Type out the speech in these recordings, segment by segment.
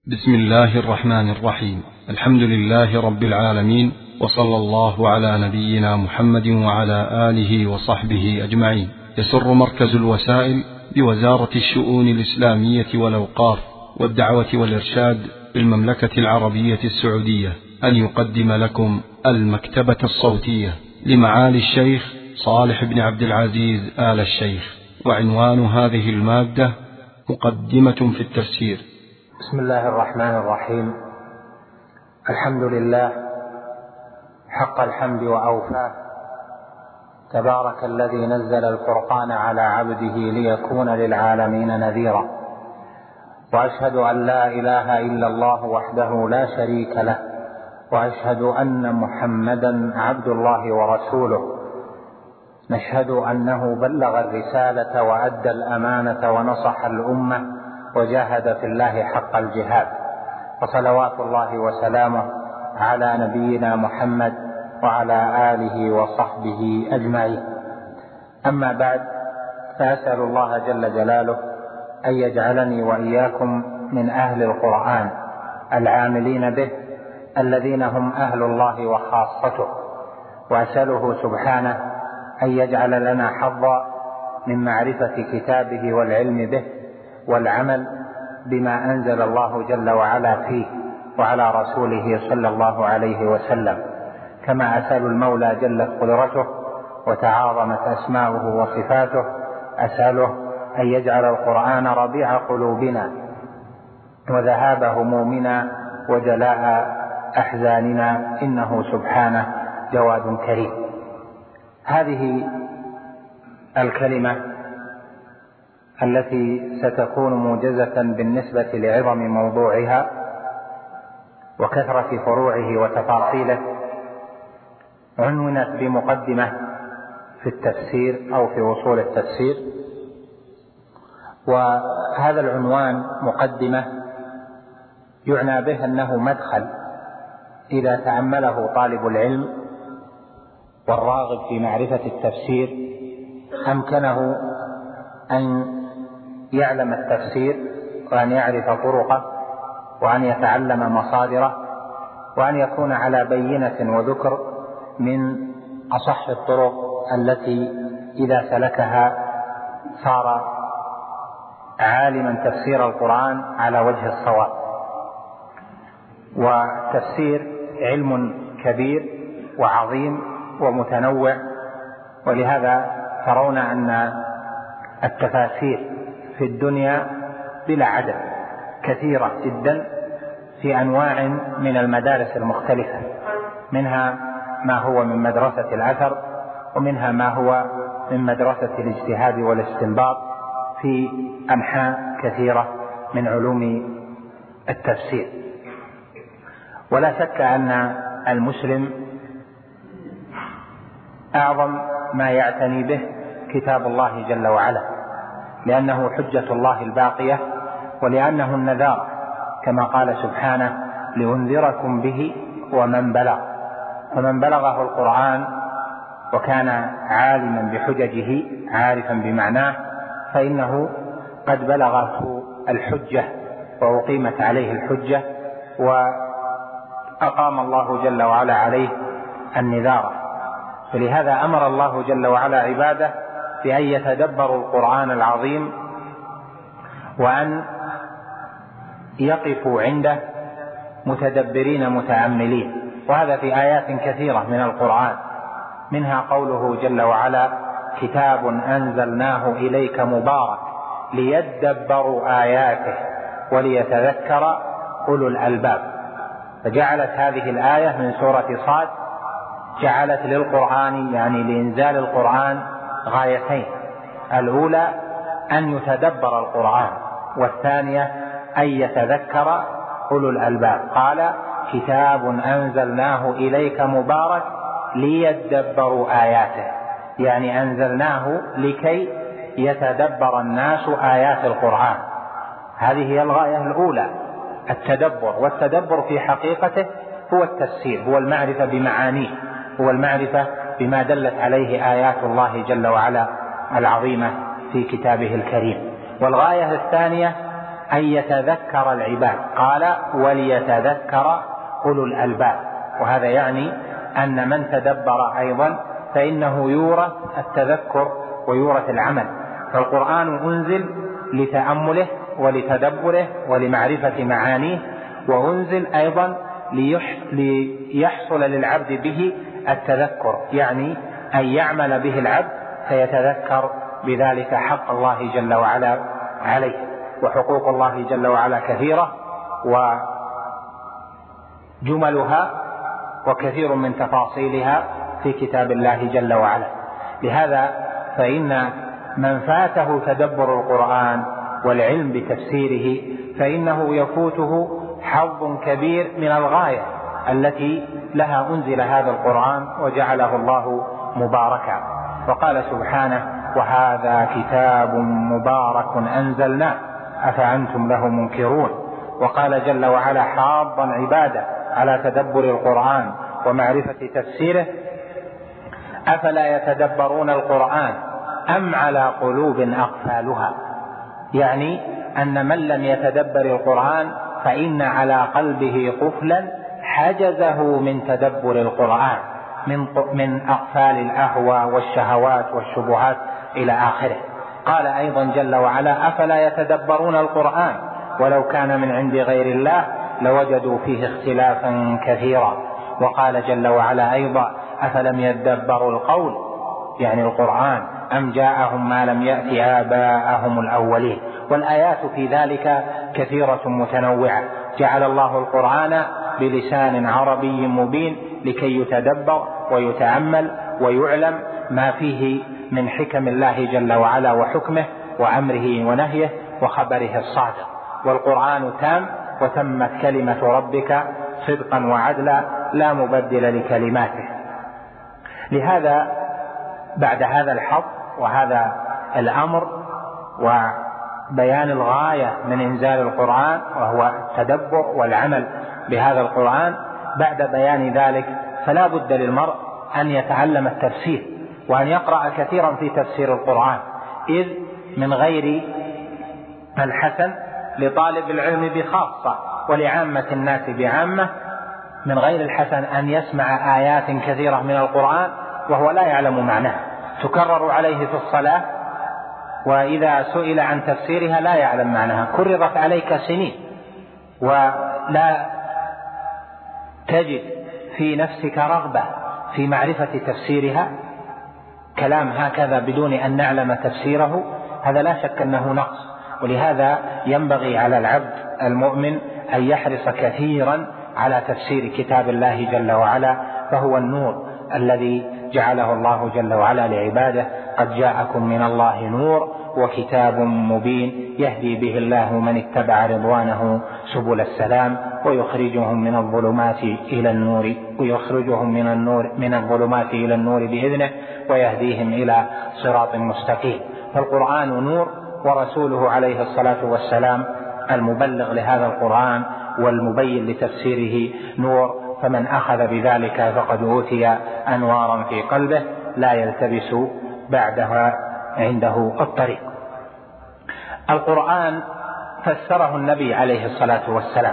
بسم الله الرحمن الرحيم. الحمد لله رب العالمين، وصلى الله على نبينا محمد وعلى آله وصحبه أجمعين. يسر مركز الوسائل بوزارة الشؤون الإسلامية والأوقاف والدعوة والإرشاد بالمملكة العربية السعودية أن يقدم لكم المكتبة الصوتية لمعالي الشيخ صالح بن عبد العزيز آل الشيخ، وعنوان هذه المادة مقدمة في التفسير. بسم الله الرحمن الرحيم. الحمد لله حق الحمد وأوفاه، تبارك الذي نزل الفرقان على عبده ليكون للعالمين نذيرا، وأشهد أن لا إله إلا الله وحده لا شريك له، وأشهد أن محمدا عبد الله ورسوله. نشهد أنه بلغ الرسالة وأدى الأمانة ونصح الأمة وجاهد في الله حق الجهاد، وصلوات الله وسلامه على نبينا محمد وعلى آله وصحبه أجمعين. أما بعد، فأسأل الله جل جلاله أن يجعلني وإياكم من أهل القرآن العاملين به، الذين هم أهل الله وخاصته، وأسأله سبحانه أن يجعل لنا حظا من معرفة كتابه والعلم به والعمل بما أنزل الله جل وعلا فيه وعلى رسوله صلى الله عليه وسلم، كما أسأل المولى جلت قدرته وتعاظمت أسماؤه وصفاته، أسأله أن يجعل القرآن ربيع قلوبنا وذهاب همومنا وجلاء أحزاننا، إنه سبحانه جواد كريم. هذه الكلمة التي ستكون موجزة بالنسبة لعظم موضوعها وكثرة فروعه وتفاصيله، عنونت بمقدمة في التفسير أو في وصول التفسير. وهذا العنوان مقدمة يعنى به أنه مدخل إذا تأمله طالب العلم والراغب في معرفة التفسير أمكنه أن يعلم التفسير وأن يعرف طرقه وأن يتعلم مصادره وأن يكون على بينة وذكر من أصح الطرق التي إذا سلكها صار عالما تفسير القرآن على وجه الصواب. والتفسير علم كبير وعظيم ومتنوع، ولهذا ترون أن التفاسير في الدنيا بلا عدد كثيرة جدا في أنواع من المدارس المختلفة، منها ما هو من مدرسة الأثر، ومنها ما هو من مدرسة الاجتهاد والاستنباط في أنحاء كثيرة من علوم التفسير. ولا شك أن المسلم أعظم ما يعتني به كتاب الله جل وعلا، لأنه حجة الله الباقية، ولأنه النذار كما قال سبحانه: لأنذركم به ومن بلغ. فمن بلغه القرآن وكان عالما بحججه عارفا بمعناه فإنه قد بلغته الحجة وأقيمت عليه الحجة، وأقام الله جل وعلا عليه النذار. فلهذا أمر الله جل وعلا عباده بأن يتدبروا القرآن العظيم وأن يقفوا عنده متدبرين متأملين، وهذا في آيات كثيرة من القرآن، منها قوله جل وعلا: كتاب أنزلناه إليك مبارك ليدبروا آياته وليتذكر أولو الألباب. فجعلت هذه الآية من سورة صاد جعلت للقرآن يعني لإنزال القرآن غايتين: الأولى أن يتدبر القرآن، والثانية أن يتذكر أولو الألباب. قال: كتاب أنزلناه إليك مبارك ليدبروا آياته، يعني أنزلناه لكي يتدبر الناس آيات القرآن. هذه هي الغاية الأولى، التدبر. والتدبر في حقيقته هو التفسير، هو المعرفة بمعانيه، هو المعرفة بما دلت عليه آيات الله جل وعلا العظيمة في كتابه الكريم. والغاية الثانية أن يتذكر العباد، قال وليتذكر أولو الألباب. وهذا يعني أن من تدبر أيضا فإنه يورث التذكر ويورث العمل. فالقرآن أنزل لتأمله ولتدبره ولمعرفة معانيه، وأنزل أيضا ليحصل للعبد به التذكر، يعني أن يعمل به العبد فيتذكر بذلك حق الله جل وعلا عليه. وحقوق الله جل وعلا كثيرة وجملها وكثير من تفاصيلها في كتاب الله جل وعلا. لهذا فإن من فاته تدبر القرآن والعلم بتفسيره فإنه يفوته حظ كبير من الغاية التي لها أنزل هذا القرآن وجعله الله مباركا. وقال سبحانه: وهذا كتاب مبارك أنزلناه أفأنتم له منكرون. وقال جل وعلا حاضا عباده على تدبر القرآن ومعرفة تفسيره: أفلا يتدبرون القرآن أم على قلوب أقفالها. يعني أن من لم يتدبر القرآن فإن على قلبه قفلا حجزه من تدبر القرآن من أقفال الأهوى والشهوات والشبهات إلى آخره. قال أيضا جل وعلا: أفلا يتدبرون القرآن ولو كان من عند غير الله لوجدوا فيه اختلافا كثيرا. وقال جل وعلا أيضا: أفلم يدبروا القول، يعني القرآن، أم جاءهم ما لم يأت آباءهم الأولين. والآيات في ذلك كثيرة متنوعة. جعل الله القرآن بلسان عربي مبين لكي يتدبر ويتأمل ويعلم ما فيه من حكم الله جل وعلا وحكمه وأمره ونهيه وخبره الصادق. والقرآن تام وتمت كلمة ربك صدقا وعدلا لا مبدل لكلماته. لهذا بعد هذا الحظ وهذا الأمر وبيان الغاية من إنزال القرآن وهو التدبر والعمل بهذا القرآن، بعد بيان ذلك فلا بد للمرء أن يتعلم التفسير وأن يقرأ كثيرا في تفسير القرآن، إذ من غير الحسن لطالب العلم بخاصة ولعامة الناس بعامة، من غير الحسن أن يسمع آيات كثيرة من القرآن وهو لا يعلم معناها، تكرر عليه في الصلاة، وإذا سئل عن تفسيرها لا يعلم معناها، كررت عليك سنين ولا تجد في نفسك رغبة في معرفة تفسيرها. كلام هكذا بدون أن نعلم تفسيره هذا لا شك أنه نقص. ولهذا ينبغي على العبد المؤمن أن يحرص كثيرا على تفسير كتاب الله جل وعلا، فهو النور الذي جعله الله جل وعلا لعباده: قد جاءكم من الله نور وكتاب مبين يهدي به الله من اتبع رضوانه سبل السلام ويخرجهم من الظلمات إلى النور من الظلمات إلى النور بإذنه ويهديهم إلى صراط مستقيم. فالقرآن نور، ورسوله عليه الصلاة والسلام المبلغ لهذا القرآن والمبين لتفسيره نور، فمن أخذ بذلك فقد أوتي أنوارا في قلبه لا يلتبس بعدها عنده الطريق. القرآن فسره النبي عليه الصلاة والسلام،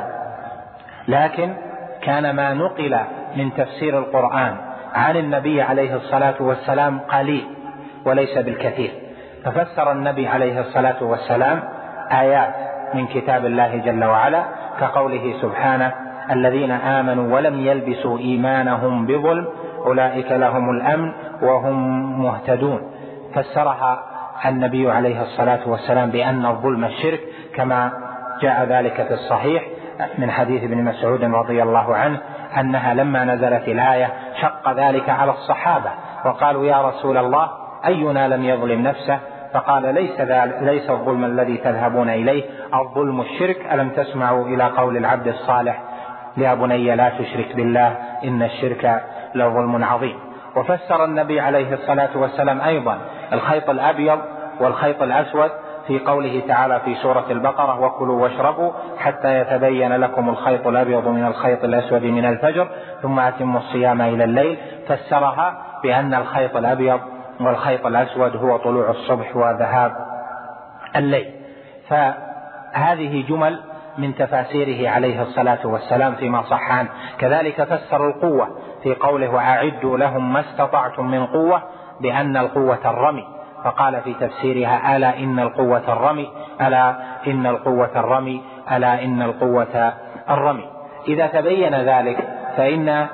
لكن كان ما نقل من تفسير القرآن عن النبي عليه الصلاة والسلام قليل وليس بالكثير، ففسر النبي عليه الصلاة والسلام آيات من كتاب الله جل وعلا كقوله سبحانه: الذين آمنوا ولم يلبسوا إيمانهم بظلم أولئك لهم الأمن وهم مهتدون. فسرها النبي عليه الصلاة والسلام بأن الظلم الشرك، كما جاء ذلك في الصحيح من حديث ابن مسعود رضي الله عنه أنها لما نزلت الآية شق ذلك على الصحابة وقالوا: يا رسول الله أينا لم يظلم نفسه؟ فقال: ليس الظلم الذي تذهبون إليه، الظلم الشرك. ألم تسمعوا إلى قول العبد الصالح: يا بني لا تشرك بالله إن الشرك لظلم عظيم. وفسر النبي عليه الصلاة والسلام أيضا الخيط الأبيض والخيط الأسود في قوله تعالى في سورة البقرة: وكلوا واشربوا حتى يتبين لكم الخيط الأبيض من الخيط الأسود من الفجر ثم أتموا الصيام إلى الليل. فسرها بأن الخيط الأبيض والخيط الأسود هو طلوع الصبح وذهاب الليل. هذه جمل من تفاسيره عليه الصلاة والسلام فيما صح عنه. كذلك فسر القوة في قوله وأعدوا لهم ما استطعتم من قوة بأن القوة الرمي، فقال في تفسيرها ألا إن القوة الرمي، ألا إن القوة الرمي، ألا إن القوة الرمي. إذا تبين ذلك فإن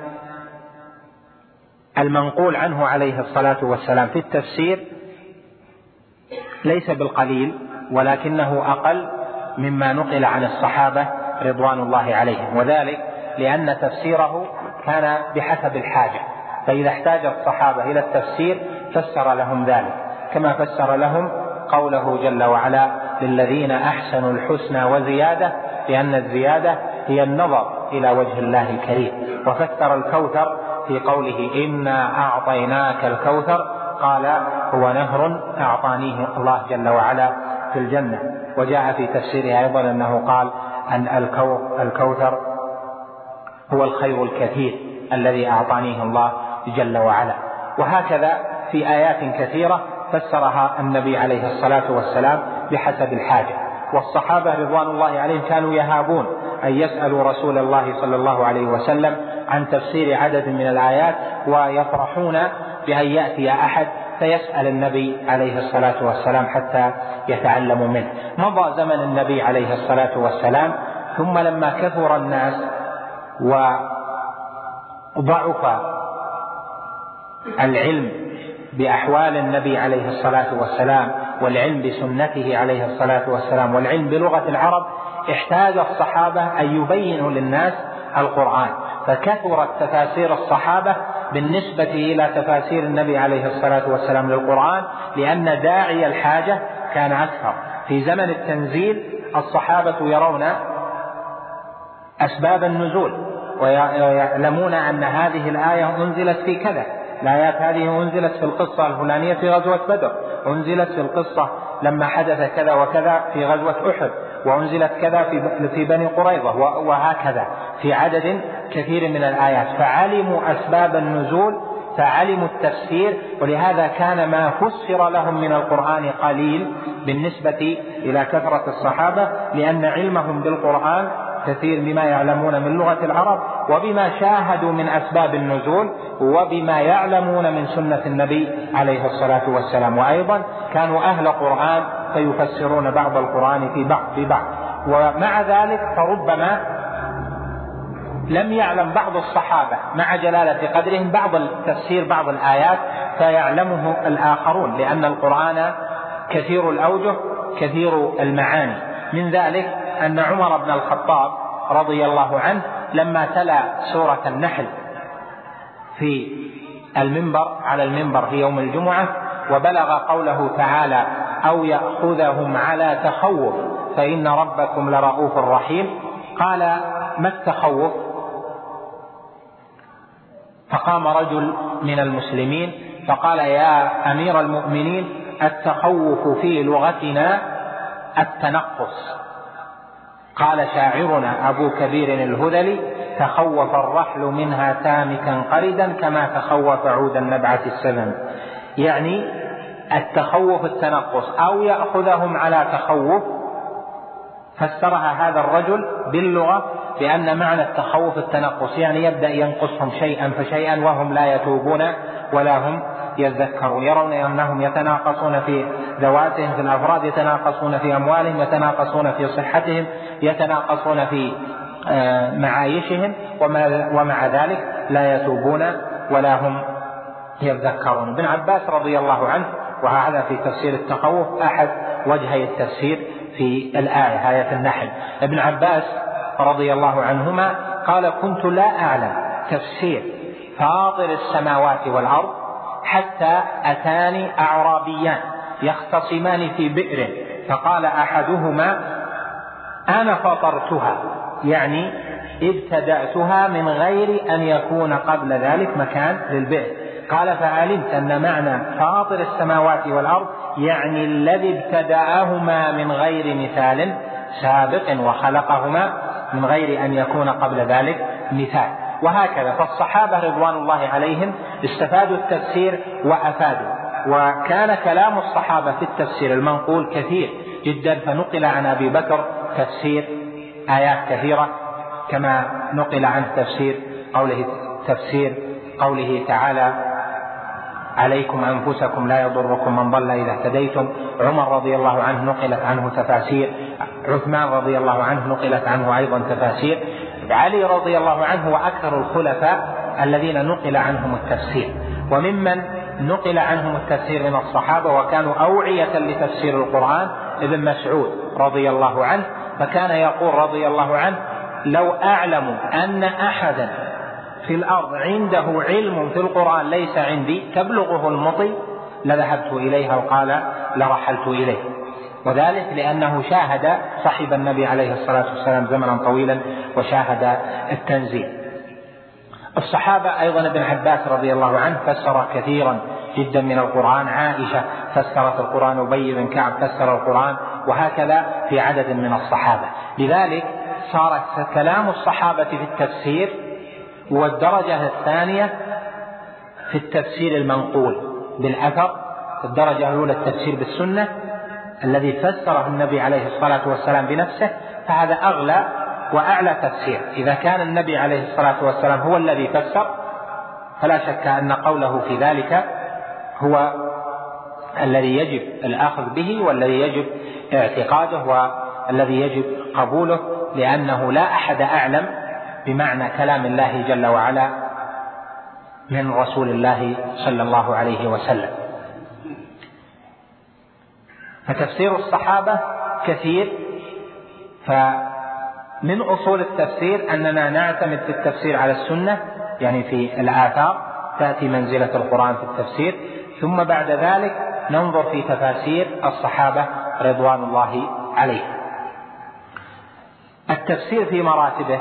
المنقول عنه عليه الصلاة والسلام في التفسير ليس بالقليل، ولكنه أقل مما نقل عن الصحابة رضوان الله عليهم، وذلك لأن تفسيره كان بحسب الحاجة، فإذا احتاج الصحابة إلى التفسير فسر لهم ذلك، كما فسر لهم قوله جل وعلا للذين أحسنوا الحسنى وزيادة، لأن الزيادة هي النظر إلى وجه الله الكريم. وفسر الكوثر في قوله إنا أعطيناك الكوثر، قال هو نهر أعطانيه الله جل وعلا في الجنة. وجاء في تفسيره أيضا أنه قال أن الكوثر هو الخير الكثير الذي أعطانيه الله جل وعلا. وهكذا في آيات كثيرة فسرها النبي عليه الصلاة والسلام بحسب الحاجة. والصحابة رضوان الله عليهم كانوا يهابون أن يسألوا رسول الله صلى الله عليه وسلم عن تفسير عدد من الآيات، ويفرحون بأن يأتي أحد فيسأل النبي عليه الصلاة والسلام حتى يتعلموا منه. مضى زمن النبي عليه الصلاة والسلام، ثم لما كثر الناس وضعف العلم بأحوال النبي عليه الصلاة والسلام والعلم بسنته عليه الصلاة والسلام والعلم بلغة العرب، احتاج الصحابة أن يبينوا للناس القرآن، فكثرت تفاسير الصحابة بالنسبة إلى تفاسير النبي عليه الصلاة والسلام للقرآن، لأن داعي الحاجة كان أكثر. في زمن التنزيل الصحابة يرون أسباب النزول ويعلمون أن هذه الآية أنزلت في كذا، الآيات هذه أنزلت في القصة الفلانية في غزوة بدر، أنزلت في القصة لما حدث كذا وكذا في غزوة أحد، وأنزلت كذا في بني قريظة، وهكذا في عدد كثير من الآيات. فعلموا أسباب النزول، فعلموا التفسير، ولهذا كان ما فسر لهم من القرآن قليل بالنسبة إلى كثرة الصحابة، لأن علمهم بالقرآن كثير بما يعلمون من لغة العرب، وبما شاهدوا من أسباب النزول، وبما يعلمون من سنة النبي عليه الصلاة والسلام. وأيضا كانوا أهل قرآن فيفسرون بعض القرآن في بعض. ومع ذلك فربما لم يعلم بعض الصحابة مع جلالة قدرهم بعض التفسير بعض الآيات فيعلمه الآخرون، لأن القرآن كثير الأوجه كثير المعاني. من ذلك أن عمر بن الخطاب رضي الله عنه لما تلا سورة النحل في المنبر على المنبر في يوم الجمعة، وبلغ قوله تعالى أو يأخذهم على تخوف فإن ربكم لرؤوف رحيم، قال ما التخوف؟ فقام رجل من المسلمين فقال يا أمير المؤمنين التخوف في لغتنا التنقص. قال شاعرنا أبو كبير الهذلي تخوف الرحل منها تامكا قردا كما تخوف عود النبعة السلم، يعني التخوف التنقص. أو يأخذهم على تخوف فسرها هذا الرجل باللغة بأن معنى التخوف التنقص، يعني يبدأ ينقصهم شيئا فشيئا وهم لا يتوبون ولا هم يذكرون، يرون أنهم يتناقصون في ذواتهم في الأفراد، يتناقصون في أموالهم، يتناقصون في صحتهم، يتناقصون في معايشهم، ومع ذلك لا يتوبون ولا هم يذكرون. ابن عباس رضي الله عنه، وهذا في تفسير التخوف أحد وجهي التفسير في الآية آية النحل، ابن عباس رضي الله عنهما قال كنت لا أعلم تفسير فاطر السماوات والأرض حتى أتاني أعرابيان يختصمان في بئر، فقال أحدهما أنا فطرتها، يعني ابتدأتها من غير أن يكون قبل ذلك مكان للبئر. قال فعلمت أن معنى فاطر السماوات والأرض يعني الذي ابتدأهما من غير مثال سابق وخلقهما من غير أن يكون قبل ذلك مثال. وهكذا فالصحابة رضوان الله عليهم استفادوا التفسير وأفادوا، وكان كلام الصحابة في التفسير المنقول كثير جدا، فنقل عن أبي بكر تفسير آيات كثيرة كما نقل عنه تفسير قوله تعالى عليكم أنفسكم لا يضركم من ضل إذا اهتديتم. عمر رضي الله عنه نقلت عنه تفاسير، عثمان رضي الله عنه نقلت عنه أيضا تفاسير، علي رضي الله عنه وأكثر الخلفاء الذين نقل عنهم التفسير. وممن نقل عنهم التفسير من الصحابة وكانوا أوعية لتفسير القرآن ابن مسعود رضي الله عنه، فكان يقول رضي الله عنه لو أعلم أن أحدا في الأرض عنده علم في القرآن ليس عندي تبلغه المطي لذهبت إليها، وقال لرحلت إليه. وذلك لأنه شاهد صحب النبي عليه الصلاة والسلام زمنا طويلا وشاهد التنزيل. الصحابة أيضا ابن عباس رضي الله عنه فسر كثيرا جدا من القرآن، عائشة فسرت القرآن، أبي بن كعب فسر القرآن، وهكذا في عدد من الصحابة. لذلك صار كلام الصحابة في التفسير والدرجة الثانية في التفسير المنقول بالأثر، الدرجة الأولى التفسير بالسنة الذي فسره النبي عليه الصلاة والسلام بنفسه، فهذا أغلى وأعلى تفسير. إذا كان النبي عليه الصلاة والسلام هو الذي فسر فلا شك أن قوله في ذلك هو الذي يجب الأخذ به والذي يجب اعتقاده والذي يجب قبوله، لأنه لا أحد أعلم بمعنى كلام الله جل وعلا من رسول الله صلى الله عليه وسلم. فتفسير الصحابة كثير. فمن أصول التفسير أننا نعتمد في التفسير على السنة، يعني في الآثار تأتي منزلة القرآن في التفسير، ثم بعد ذلك ننظر في تفاسير الصحابة رضوان الله عليهم. التفسير في مراتبه،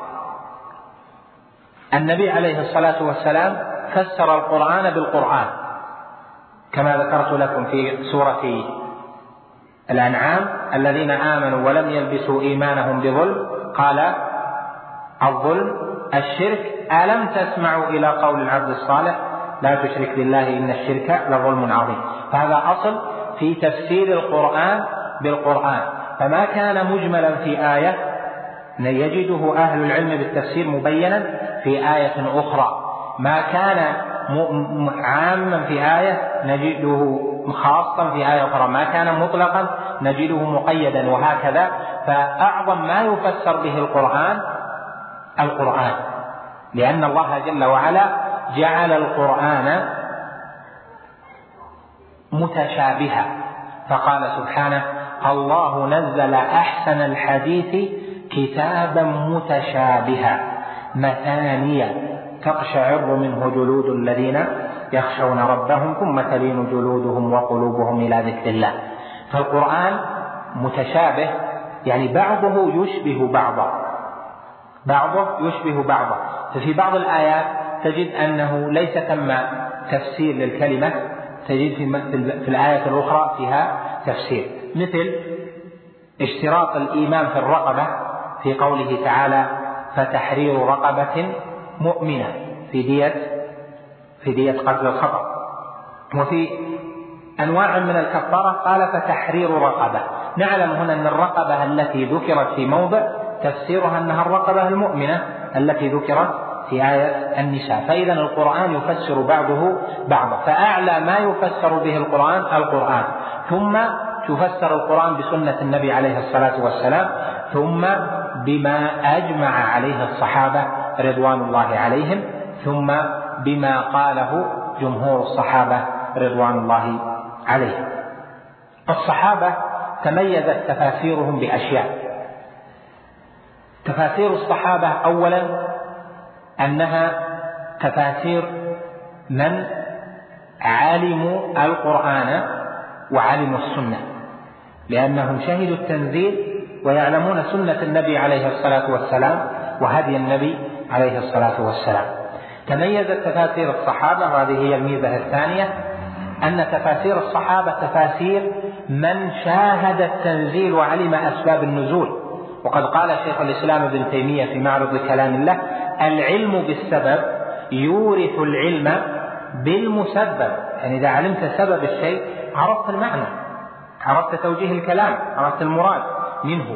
النبي عليه الصلاة والسلام فسر القرآن بالقرآن كما ذكرت لكم في سورة الأنعام: الذين آمنوا ولم يلبسوا إيمانهم بظلم، قال الظلم الشرك، ألم تسمعوا إلى قول العبد الصالح لا تشرك بالله إن الشرك لظلم عظيم. فهذا أصل في تفسير القرآن بالقرآن، فما كان مجملا في آية يجده أهل العلم بالتفسير مبينا في آية أخرى، ما كان عاما في آية نجده خاصا في آية أخرى، ما كان مطلقا نجده مقيدا، وهكذا. فأعظم ما يفسر به القرآن، لأن الله جل وعلا جعل القرآن متشابها، فقال سبحانه: الله نزل أحسن الحديث كتابا متشابها مثانية تقشعر منه جلود الذين يخشون ربهم ثم تلين جلودهم وقلوبهم إلى ذكر الله. فالقرآن متشابه، يعني بعضه يشبه بعضا، ففي بعض الآيات تجد أنه ليس ثم تفسير للكلمة، تجد في الآية الأخرى فيها تفسير، مثل اشتراط الإيمان في الرقبة في قوله تعالى: فتحرير رقبة مؤمنة في دية قتل الخطأ. وفي أنواع من الكفارة قال: فتحرير رقبة. نعلم هنا أن الرقبة التي ذكرت في موضع تفسيرها أنها الرقبة المؤمنة التي ذكرت في آية النساء. فإذا القرآن يفسر بعضه بعضا، فأعلى ما يفسر به القرآن، ثم تفسر القرآن بسنة النبي عليه الصلاة والسلام، ثم بما أجمع عليه الصحابة رضوان الله عليهم، ثم بما قاله جمهور الصحابة رضوان الله عليهم. الصحابة تميزت تفاسيرهم بأشياء. تفاسير الصحابة أولا أنها تفاسير من علموا القرآن وعلموا السنة، لأنهم شهدوا التنزيل ويعلمون سنة النبي عليه الصلاة والسلام وهدي النبي عليه الصلاة والسلام. تميزت تفاسير الصحابة، وهذه هي الميزة الثانية، أن تفاسير الصحابة تفاسير من شاهد التنزيل وعلم أسباب النزول. وقد قال شيخ الإسلام ابن تيمية في معرض كلام الله: العلم بالسبب يورث العلم بالمسبب. يعني إذا علمت سبب الشيء عرفت المعنى، عرفت توجيه الكلام، عرفت المراد منه.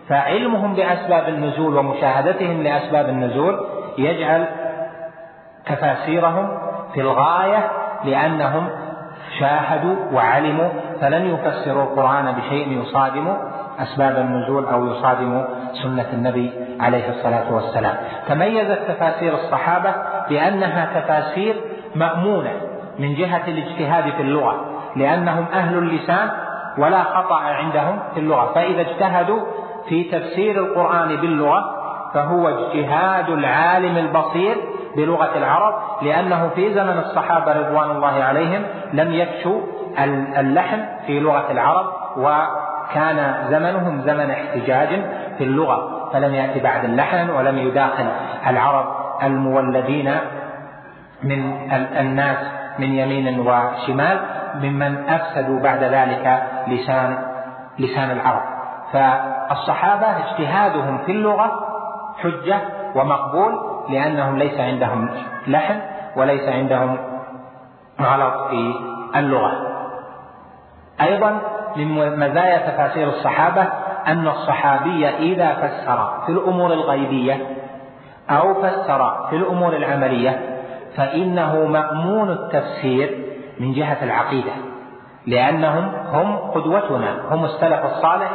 فعلمهم بأسباب النزول ومشاهدتهم لأسباب النزول يجعل تفاسيرهم في الغاية، لأنهم شاهدوا وعلموا، فلن يفسروا القرآن بشيء يصادم أسباب النزول أو يصادم سنة النبي عليه الصلاة والسلام. تميزت تفاسير الصحابة بأنها تفاسير مأمونة من جهة الاجتهاد في اللغة، لأنهم أهل اللسان ولا خطأ عندهم في اللغة، فإذا اجتهدوا في تفسير القرآن باللغة فهو اجتهاد العالم البصير بلغة العرب، لأنه في زمن الصحابة رضوان الله عليهم لم يفشوا اللحن في لغة العرب، وكان زمنهم زمن احتجاج في اللغة، فلم يأتي بعد اللحن ولم يداخل العرب المولدين من الناس من يمين وشمال ممن أفسدوا بعد ذلك لسان العرب. فالصحابة اجتهادهم في اللغة حجة ومقبول، لأنهم ليس عندهم لحن وليس عندهم غلط في اللغة. أيضا من مزايا تفاسير الصحابة أن الصحابي إذا فسر في الأمور الغيبية أو فسر في الأمور العملية فإنه مأمون التفسير من جهة العقيدة، لأنهم هم قدوتنا، هم السلف الصالح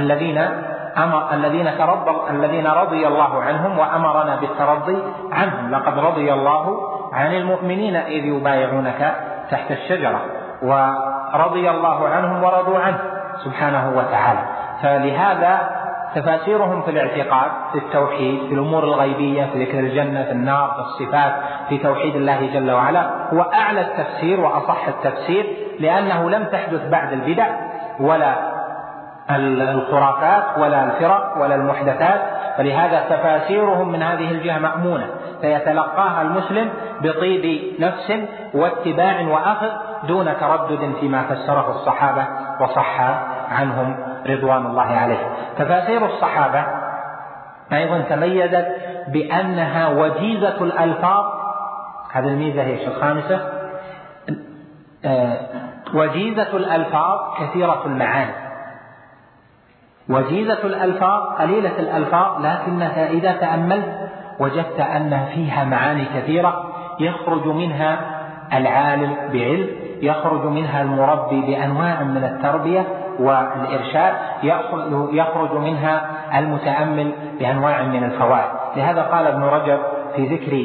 الذين رضي الله عنهم وأمرنا بالترضي عنهم. لقد رضي الله عن المؤمنين إذ يبايعونك تحت الشجرة، ورضي الله عنهم ورضوا عنه سبحانه وتعالى. فلهذا تفاسيرهم في الاعتقاد، في التوحيد، في الأمور الغيبية، في ذكر الجنة، في النار، في الصفات، في توحيد الله جل وعلا، هو أعلى التفسير وأصح التفسير، لأنه لم تحدث بعد البدع ولا الخرافات ولا الفرق ولا المحدثات، فلهذا تفاسيرهم من هذه الجهة مأمونة، فيتلقاها المسلم بطيب نفس واتباع وأخذ دون تردد فيما فسره الصحابة وصح عنهم رضوان الله عليهم. تفاسير الصحابة أيضا تميزت بأنها وجيزة الألفاظ، هذه الميزة هي الخامسة، وجيزة الألفاظ كثيرة المعاني. وجيزة الألفاظ قليلة الألفاظ، لكنها إذا تأملت وجدت أن فيها معاني كثيرة، يخرج منها العالم بعلم، يخرج منها المربي بأنواع من التربية والإرشاد، يخرج منها المتأمل بأنواع من الفوائد. لهذا قال ابن رجب في ذكر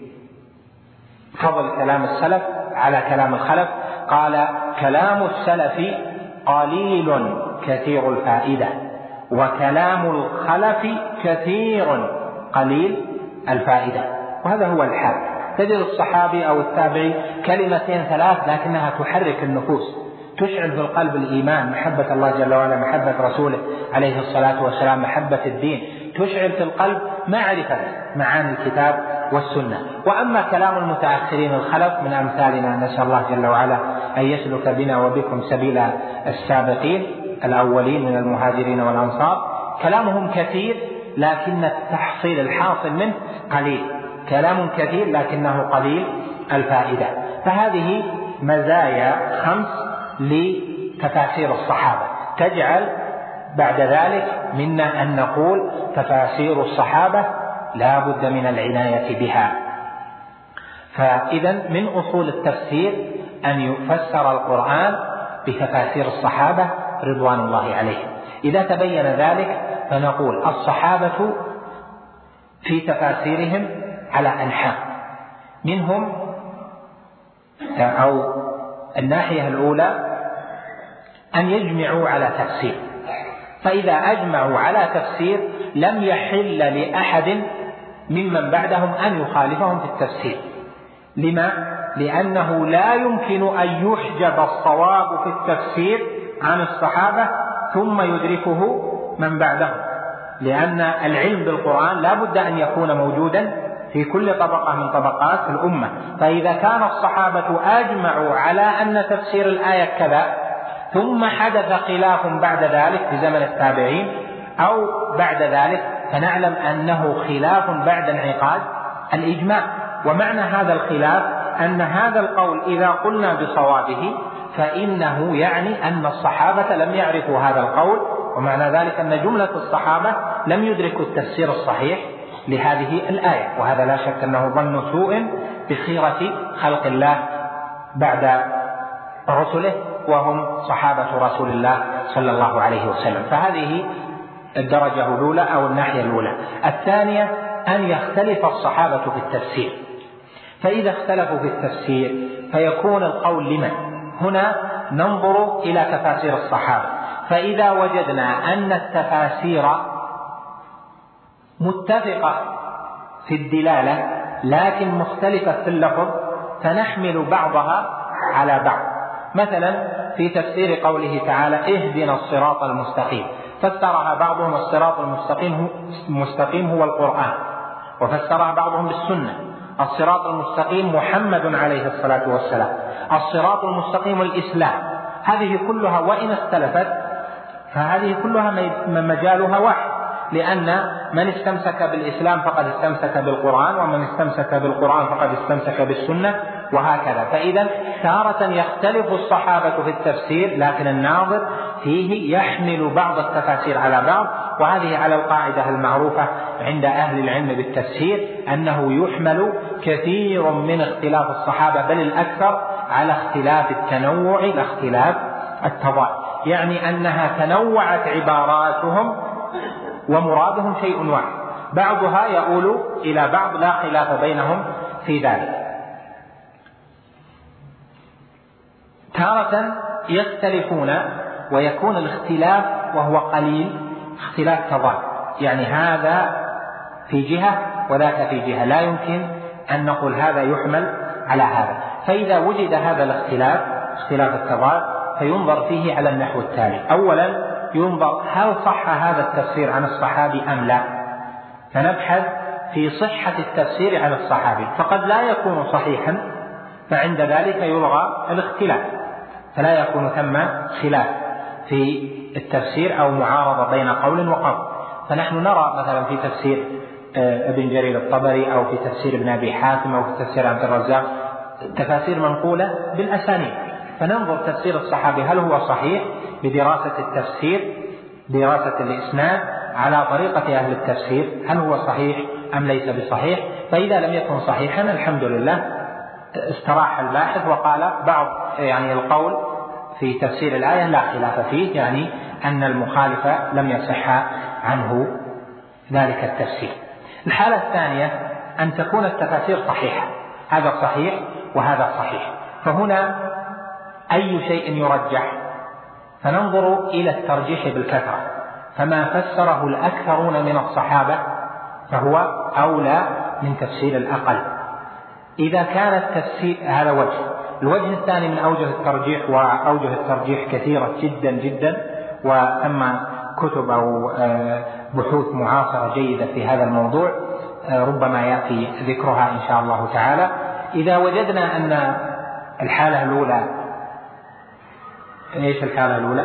فضل كلام السلف على كلام الخلف، قال: كلام السلف قليل كثير الفائدة، وكلام الخلف كثير قليل الفائدة. وهذا هو الحال. تجد الصحابي أو التابعي كلمتين ثلاث لكنها تحرك النفوس، تشعل في القلب الإيمان، محبة الله جل وعلا، محبة رسوله عليه الصلاة والسلام، محبة الدين، تشعل في القلب معرفة معاني الكتاب والسنة. وأما كلام المتأخرين الخلف من أمثالنا، نسأل الله جل وعلا أن يسلك بنا وبكم سبيل السابقين الأولين من المهاجرين والأنصار، كلامهم كثير لكن التحصيل الحاصل منه قليل، كلام كثير لكنه قليل الفائدة. فهذه مزايا 5 لتفاسير الصحابة تجعل بعد ذلك منا أن نقول تفاسير الصحابة لا بد من العناية بها. فإذا من أصول التفسير أن يفسر القرآن بتفاسير الصحابة رضوان الله عليهم. إذا تبين ذلك فنقول الصحابة في تفاسيرهم على أنحاء، منهم أو الناحية الأولى أن يجمعوا على تفسير، فإذا أجمعوا على تفسير لم يحل لأحد ممن بعدهم أن يخالفهم في التفسير. لما؟ لأنه لا يمكن أن يحجب الصواب في التفسير عن الصحابة ثم يدركه من بعدهم، لأن العلم بالقرآن لا بد أن يكون موجودا في كل طبقة من طبقات الأمة. فإذا كان الصحابة أجمعوا على أن تفسير الآية كذا ثم حدث خلاف بعد ذلك في زمن التابعين أو بعد ذلك، فنعلم أنه خلاف بعد انعقاد الإجماع. ومعنى هذا الخلاف أن هذا القول إذا قلنا بصوابه فإنه يعني أن الصحابة لم يعرفوا هذا القول ومعنى ذلك أن جملة الصحابة لم يدركوا التفسير الصحيح لهذه الآية، وهذا لا شك أنه ظن سوء بخيرة خلق الله بعد رسله وهم صحابة رسول الله صلى الله عليه وسلم. فهذه الدرجة الأولى أو الناحية الأولى. الثانية أن يختلف الصحابة في التفسير، فإذا اختلفوا في التفسير فيكون القول لمن؟ هنا ننظر إلى تفاسير الصحابة، فإذا وجدنا أن التفاسير متفقة في الدلالة لكن مختلفة في اللفظ فنحمل بعضها على بعض. مثلا في تفسير قوله تعالى اهدنا الصراط المستقيم، فسرها بعضهم الصراط المستقيم هو القرآن، وفسرها بعضهم بالسنة. الصراط المستقيم محمد عليه الصلاة والسلام، الصراط المستقيم الإسلام. هذه كلها وإن اختلفت فهذه كلها مجالها واحد، لأن من استمسك بالإسلام فقد استمسك بالقرآن، ومن استمسك بالقرآن فقد استمسك بالسنة، وهكذا. فإذا تارة يختلف الصحابة في التفسير لكن الناظر فيه يحمل بعض التفاسير على بعض، وهذه على القاعدة المعروفة عند أهل العلم بالتفسير أنه يحمل كثير من اختلاف الصحابة بل الأكثر على اختلاف التنوع لا اختلاف التضاد، يعني أنها تنوعت عباراتهم ومرادهم شيء واحد، بعضها يؤول إلى بعض لا خلاف بينهم في ذلك. تارة يختلفون ويكون الاختلاف وهو قليل اختلاف تضاد، يعني هذا في جهة وذاك في جهة، لا يمكن أن نقول هذا يحمل على هذا. فإذا وجد هذا الاختلاف اختلاف التضاد فينظر فيه على النحو التالي. أولا ينظر هل صح هذا التفسير عن الصحابي أم لا، فنبحث في صحة التفسير عن الصحابي، فقد لا يكون صحيحا فعند ذلك يلغى الاختلاف، فلا يكون ثم خلاف في التفسير أو معارضة بين قول وقول. فنحن نرى مثلا في تفسير ابن جرير الطبري أو في تفسير ابن أبي حاتم أو في تفسير عبد الرزاق تفاسير منقولة بالأسانيد، فننظر تفسير الصحابي هل هو صحيح بدراسة التفسير دراسة الإسناد على طريقة أهل التفسير، هل هو صحيح أم ليس بصحيح. فإذا لم يكن صحيحا الحمد لله استراح الباحث وقال بعض يعني القول في تفسير الآية لا خلاف فيه، يعني أن المخالف لم يصح عنه ذلك التفسير. الحالة الثانية أن تكون التفاسير صحيحة، هذا صحيح وهذا صحيح، فهنا أي شيء يرجح؟ فننظر إلى الترجيح بالكثرة، فما فسره الأكثرون من الصحابة فهو أولى من تفسير الأقل. إذا كان التفسير هذا وجه. الوجه الثاني من أوجه الترجيح، وأوجه الترجيح كثيرة جدا جدا، وثم كتب أو بحوث معاصرة جيدة في هذا الموضوع ربما يأتي ذكرها إن شاء الله تعالى. إذا وجدنا أن الحالة الأولى، إيش الحالة الأولى؟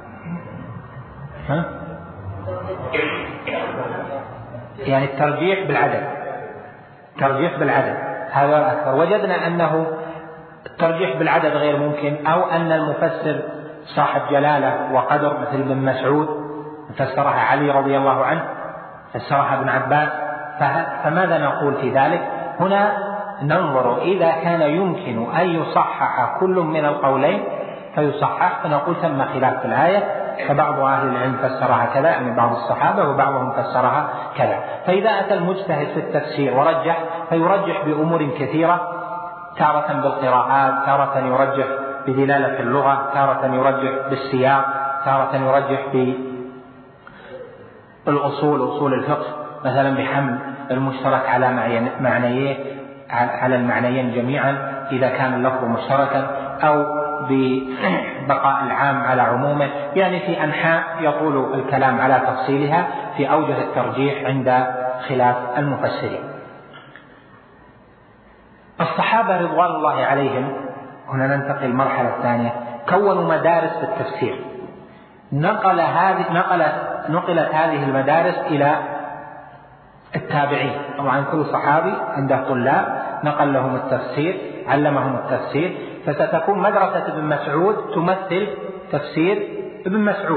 يعني الترجيح بالعدد، ترجيح بالعدد هذا أكثر. وجدنا أنه الترجيح بالعدد غير ممكن، أو أن المفسر صاحب جلالة وقدر مثل ابن مسعود فسرها علي رضي الله عنه، فسرها ابن عباس، فماذا نقول في ذلك؟ هنا ننظر إذا كان يمكن أن يصحح كل من القولين فيصحح، فنقول ثم خلاف في الآية، فبعض أهل العلم فسرها كذا، يعني بعض الصحابة، وبعضهم فسرها كذا. فإذا أتى المجتهد في التفسير ورجح فيرجح بأمور كثيرة، تارة بالقراءات، تارة يرجح بدلالة اللغة، تارة يرجح بالسياق، تارة يرجح بالأصول أصول الفقه، مثلا بحمل المشترك على معنيين على المعنيين جميعا إذا كان اللفظ مشتركا، أو ببقاء العام على عمومه، يعني في أنحاء يطول الكلام على تفصيلها في أوجه الترجيح عند خلاف المفسرين. الصحابة رضوان الله عليهم، هنا ننتقل المرحلة الثانية، كونوا مدارس في التفسير. نقلت هذه المدارس إلى التابعين، طبعا كل صحابي عنده طلاب نقل لهم التفسير، علمهم التفسير، فستكون مدرسة ابن مسعود تمثل تفسير ابن مسعود،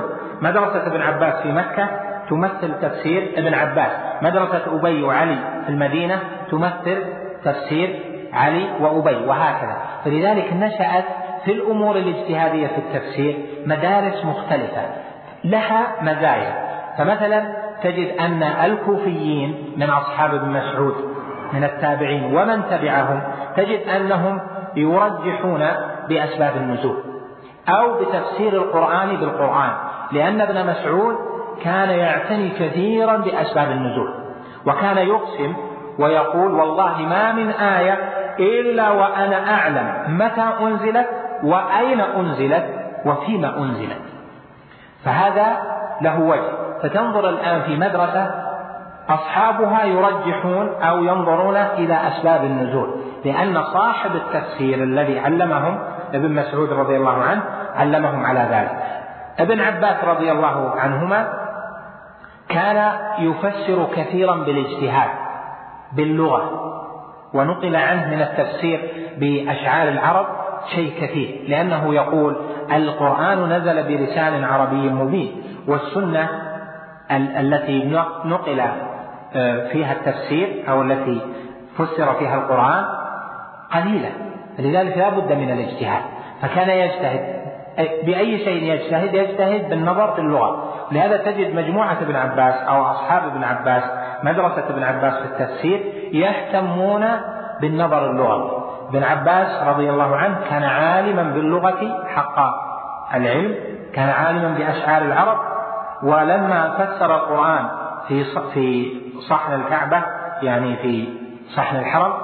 مدرسة ابن عباس في مكة تمثل تفسير ابن عباس، مدرسة أبي وعلي في المدينة تمثل تفسير علي وأبي، وهكذا. فلذلك نشأت في الأمور الاجتهادية في التفسير مدارس مختلفة لها مزايا. فمثلا تجد أن الكوفيين من أصحاب ابن مسعود من التابعين ومن تبعهم تجد أنهم يرجحون بأسباب النزول أو بتفسير القرآن بالقرآن، لأن ابن مسعود كان يعتني كثيرا بأسباب النزول، وكان يقسم ويقول والله ما من آية إلا وأنا أعلم متى أنزلت وأين أنزلت وفيما أنزلت. فهذا له وجه. فتنظر الآن في مدرسة أصحابها يرجحون أو ينظرون إلى أسباب النزول، لأن صاحب التفسير الذي علمهم ابن مسعود رضي الله عنه علمهم على ذلك. ابن عباس رضي الله عنهما كان يفسر كثيرا بالاجتهاد باللغة، ونقل عنه من التفسير بأشعار العرب شيء كثير، لأنه يقول القرآن نزل بلسان عربي مبين، والسنة التي نقل فيها التفسير أو التي فسر فيها القرآن قليلة، لذلك لا بد من الاجتهاد. فكان يجتهد بأي شيء يجتهد بالنظر في اللغة. لهذا تجد مجموعة ابن عباس أو أصحاب ابن عباس مدرسة ابن عباس في التفسير يهتمون بالنظر اللغوي. ابن عباس رضي الله عنه كان عالما باللغة حق العلم، كان عالما بأشعار العرب، ولما فسر القرآن في صحن الكعبة يعني في صحن الحرم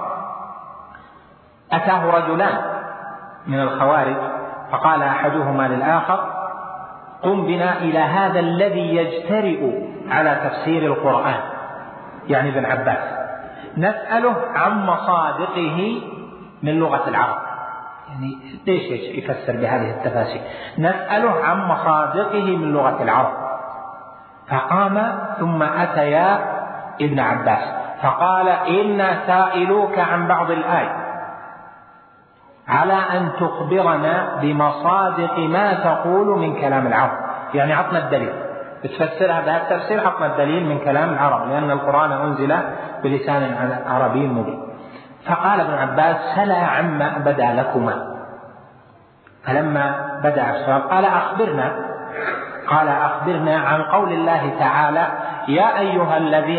أتاه رجلان من الخوارج فقال أحدهما للآخر قم بنا إلى هذا الذي يجترئ على تفسير القرآن، يعني ابن عباس، نسأله عن مصادقه من لغة العرب. يعني ليش يفسر بهذه التفاسير؟ نسأله عن مصادقه من لغة العرب. فقام ثم أتيا ابن عباس فقال إنا سائلوك عن بعض الآية على أن تخبرنا بمصادق ما تقول من كلام العرب، يعني عطنا الدليل، بتفسرها بهذا التفسير عطنا الدليل من كلام العرب، لأن القرآن أنزل بلسان عربي مبين. فقال ابن عباس سلا عما بدا لكما. فلما بدأ السؤال قال أخبرنا عن قول الله تعالى يا أيها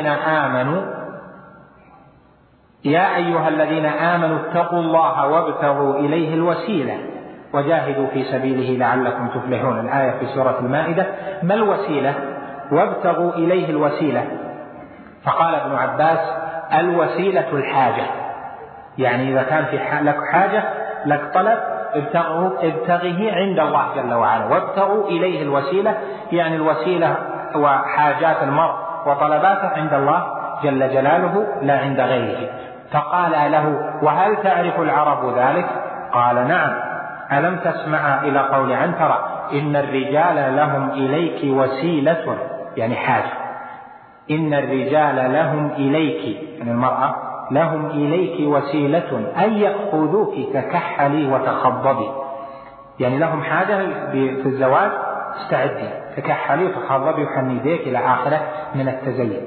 الذين آمنوا اتقوا الله وابتغوا إليه الوسيلة وجاهدوا في سبيله لعلكم تفلحون، الآية في سورة المائدة. ما الوسيلة؟ وابتغوا إليه الوسيلة. فقال ابن عباس الوسيلة الحاجة، يعني إذا كان لك حاجة لك طلب ابتغيه عند الله جل وعلا، وابتغوا إليه الوسيلة، يعني الوسيلة وحاجات المرء وطلباته عند الله جل جلاله لا عند غيره. فقال له وهل تعرف العرب ذلك؟ قال نعم. ألم تسمع إلى قول عنترة إن الرجال لهم إليك وسيلة، يعني حاجة، إن الرجال لهم إليك، يعني المرأة لهم إليك وسيلة أن يأخذوك ككحلي وتخضبي، يعني لهم حاجة في الزواج استعدي ككحلي وتخضبي وحني يديك إلى آخره من التزين.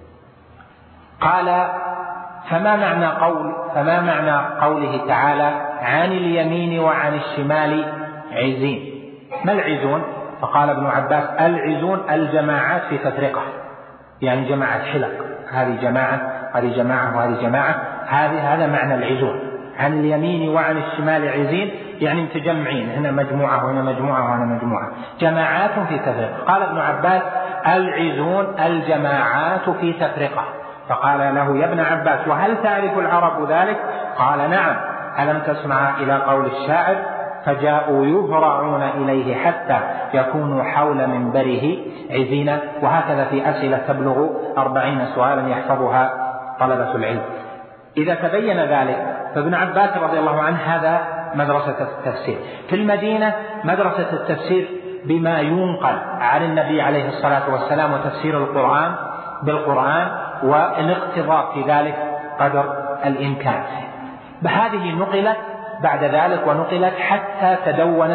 قال فما معنى قوله تعالى عن اليمين وعن الشمال عزين؟ ما العزون؟ فقال ابن عباس العزون الجماعات في تفرقة، يعني جماعة حلق، هذه جماعة هذه جماعة وهذه جماعة، هذا معنى العزون. عن اليمين وعن الشمال عزين، يعني متجمعين، هنا مجموعة وهنا مجموعة وهنا مجموعة، جماعات في تفرقة. قال ابن عباس العزون الجماعات في تفرقة. فقال له يا ابن عباس وهل تعرف العرب ذلك؟ قال نعم. ألم تسمع إلى قول الشاعر فجاءوا يهرعون إليه حتى يكونوا حول منبره عزينا. وهكذا في أسئلة تبلغ 40 سؤالا يحفظها طلبة العلم. إذا تبين ذلك فابن عباس رضي الله عنه هذا مدرسة التفسير. في المدينة مدرسة التفسير بما ينقل عن النبي عليه الصلاة والسلام وتفسير القرآن بالقرآن والاقتضاء في ذلك قدر الإمكان. بهذه نقلت بعد ذلك ونقلت حتى تدونت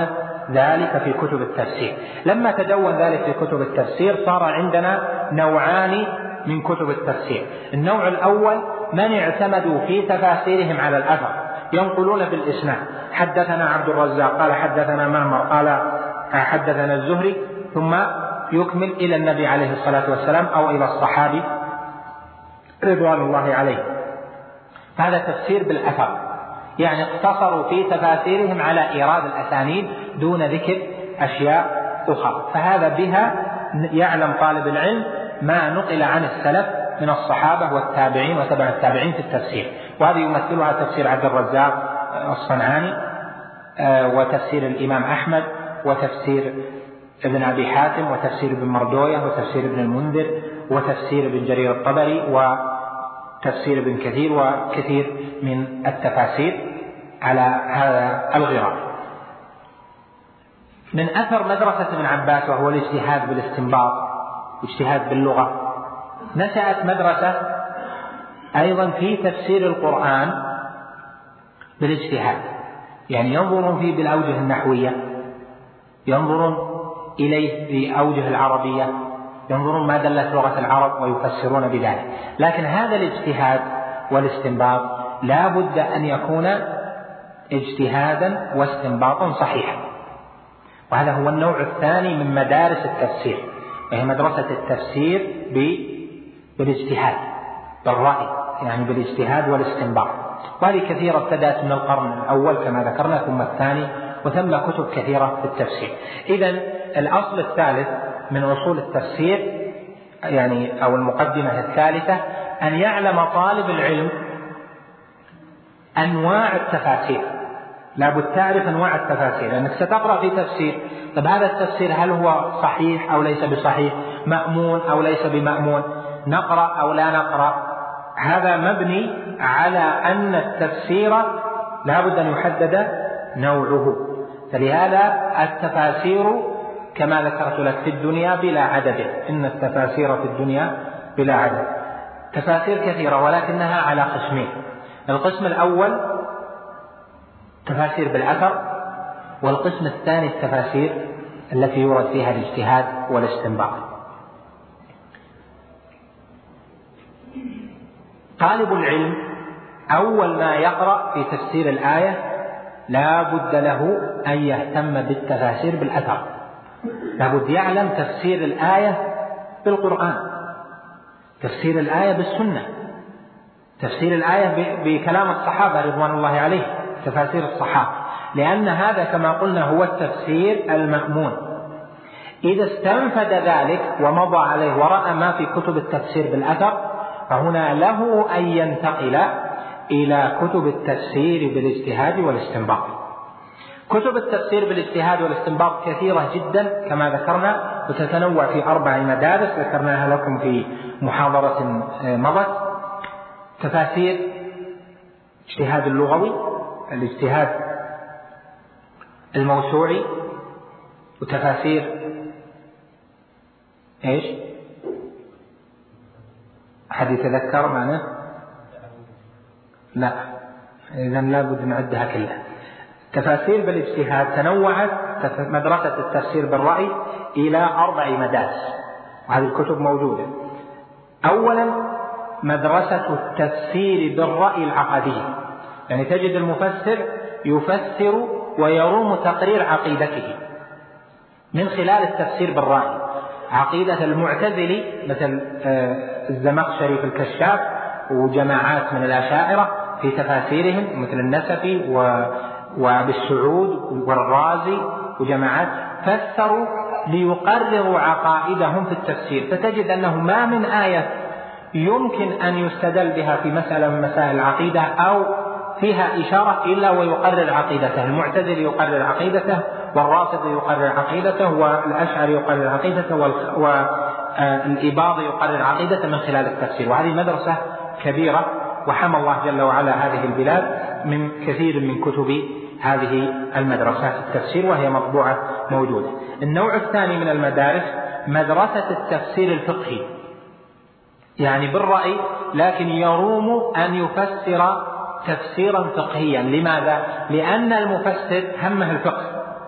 ذلك في كتب التفسير. لما تدون ذلك في كتب التفسير صار عندنا نوعان من كتب التفسير. النوع الأول من اعتمدوا في تفاسيرهم على الأثر، ينقلون بالإسناد، حدثنا عبد الرزاق قال حدثنا معمر قال حدثنا الزهري، ثم يكمل إلى النبي عليه الصلاة والسلام أو إلى الصحابي رضوان الله عليه. هذا تفسير بالأثر، يعني اقتصروا في تفاسيرهم على إيراد الأسانيد دون ذكر أشياء أخرى، فهذا بها يعلم طالب العلم ما نقل عن السلف من الصحابة والتابعين وتبع التابعين في التفسير. وهذه يمثلها تفسير عبد الرزاق الصنعاني، وتفسير الإمام أحمد، وتفسير ابن أبي حاتم، وتفسير ابن مردوية، وتفسير ابن المنذر، وتفسير ابن جرير الطبري، وتفسير ابن كثير، وكثير من التفاسير على هذا الغرار. من أثر مدرسة ابن عباس وهو الاجتهاد بالاستنباط، اجتهاد باللغة، نشأت مدرسة أيضا في تفسير القرآن بالاجتهاد، يعني ينظرون فيه بالأوجه النحوية، ينظرون إليه بأوجه العربية، ينظرون ما دلت لغة العرب ويفسرون بذلك. لكن هذا الاجتهاد والاستنباط لا بد أن يكون اجتهادا واستنباطا صحيحا، وهذا هو النوع الثاني من مدارس التفسير، وهي مدرسة التفسير بالاجتهاد بالرأي، يعني بالاجتهاد والاستنباط. وهذه كثيرة ابتدأت من القرن الأول كما ذكرنا، ثم الثاني، وثم كتب كثيرة في التفسير. إذن الأصل الثالث من أصول التفسير يعني أو المقدمة الثالثة أن يعلم طالب العلم أنواع التفاسير. لابد تعرف أنواع التفاسير، لأنك ستقرأ في تفسير، طب هذا التفسير هل هو صحيح أو ليس بصحيح، مأمون أو ليس بمأمون، نقرأ أو لا نقرأ. هذا مبني على أن التفسير لابد أن يحدد نوعه. فلهذا التفاسير كما ذكرت لك في الدنيا بلا عدد، إن التفاسير في الدنيا بلا عدد، تفاسير كثيرة ولكنها على قسمين. القسم الأول تفاسير بالأثر، والقسم الثاني التفاسير التي يورد فيها الاجتهاد والاستنباط. طالب العلم أول ما يقرأ في تفسير الآية لا بد له أن يهتم بالتفاسير بالأثر، لا بد يعلم تفسير الآية بالقرآن، تفسير الآية بالسنة، تفسير الآية بكلام الصحابة رضوان الله عليه، تفاسير الصحابة، لأن هذا كما قلنا هو التفسير المأمون. إذا استنفد ذلك ومضى عليه ورأى ما في كتب التفسير بالأثر، فهنا له أن ينتقل إلى كتب التفسير بالاجتهاد والاستنباط. كتب التفسير بالاجتهاد والاستنباط كثيرة جدا كما ذكرنا، وتتنوع في 4 مدارس ذكرناها لكم في محاضرة مضت. تفاسير اجتهاد اللغوي، الاجتهاد الموسوعي، وتفاسير ايش؟ أحد يتذكر معنا؟ لا، إذن لا بد نعدها كلها. تفاسير بالاجتهاد تنوعت مدرسة التفسير بالرأي إلى 4 مدارس، وهذه الكتب موجودة. أولا مدرسة التفسير بالرأي العقدي، يعني تجد المفسر يفسر ويروم تقرير عقيدته من خلال التفسير بالرأي. عقيدة المعتزلي مثل الزمخشري في الكشاف وجماعات من الأشاعرة في تفاسيرهم مثل النسفي وبالسعود والرازي وجماعات فسروا ليقرروا عقائدهم في التفسير، فتجد أنه ما من آية يمكن أن يستدل بها في مسألة من مسائل العقيدة أو فيها إشارة إلا ويقرر عقيدته. المعتزلي يقرر عقيدته، والرافضي يقرر عقيدته، والأشعري يقرر عقيدته، والإباضي يقرر عقيدته من خلال التفسير. وهذه مدرسة كبيرة، وحمى الله جل وعلا هذه البلاد من كثير من كتب هذه المدرسات التفسير، وهي مطبوعة موجودة. النوع الثاني من المدارس مدرسة التفسير الفقهي، يعني بالرأي لكن يروم أن يفسر تفسيرا فقهيا. لماذا؟ لأن المفسر همه الفقه،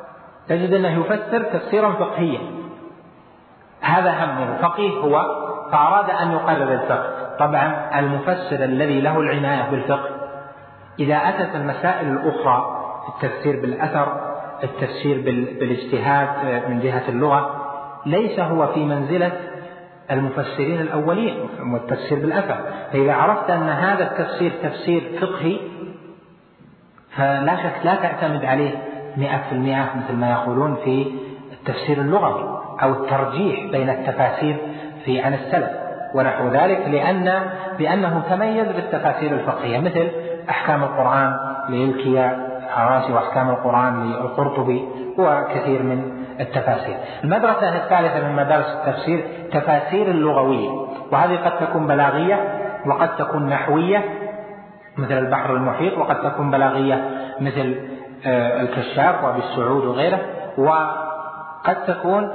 تجد أنه يفسر تفسيرا فقهيا، هذا همه، فقيه هو فأراد أن يقرر الفقه. طبعا المفسر الذي له العناية بالفقه إذا أتت المسائل الأخرى، التفسير بالأثر، التفسير بالاجتهاد من جهة اللغة، ليس هو في منزلة المفسرين الأولين والتفسير بالأثر. فإذا عرفت أن هذا التفسير تفسير فقهي فلا شك لا تعتمد عليه 100% مثل ما يقولون في التفسير اللغوي أو الترجيح بين التفاسير عن السلف ونحو ذلك، لأنه تميز بالتفاسير الفقهية، مثل أحكام القرآن للكياراسي وأحكام القرآن للقرطبي وكثير من التفاسير. المدرسة الثالثة من مدارس التفسير تفاسير اللغوية، وهذه قد تكون بلاغية وقد تكون نحوية مثل البحر المحيط، وقد تكون بلاغية مثل الكشاف وابي السعود وغيره، وقد تكون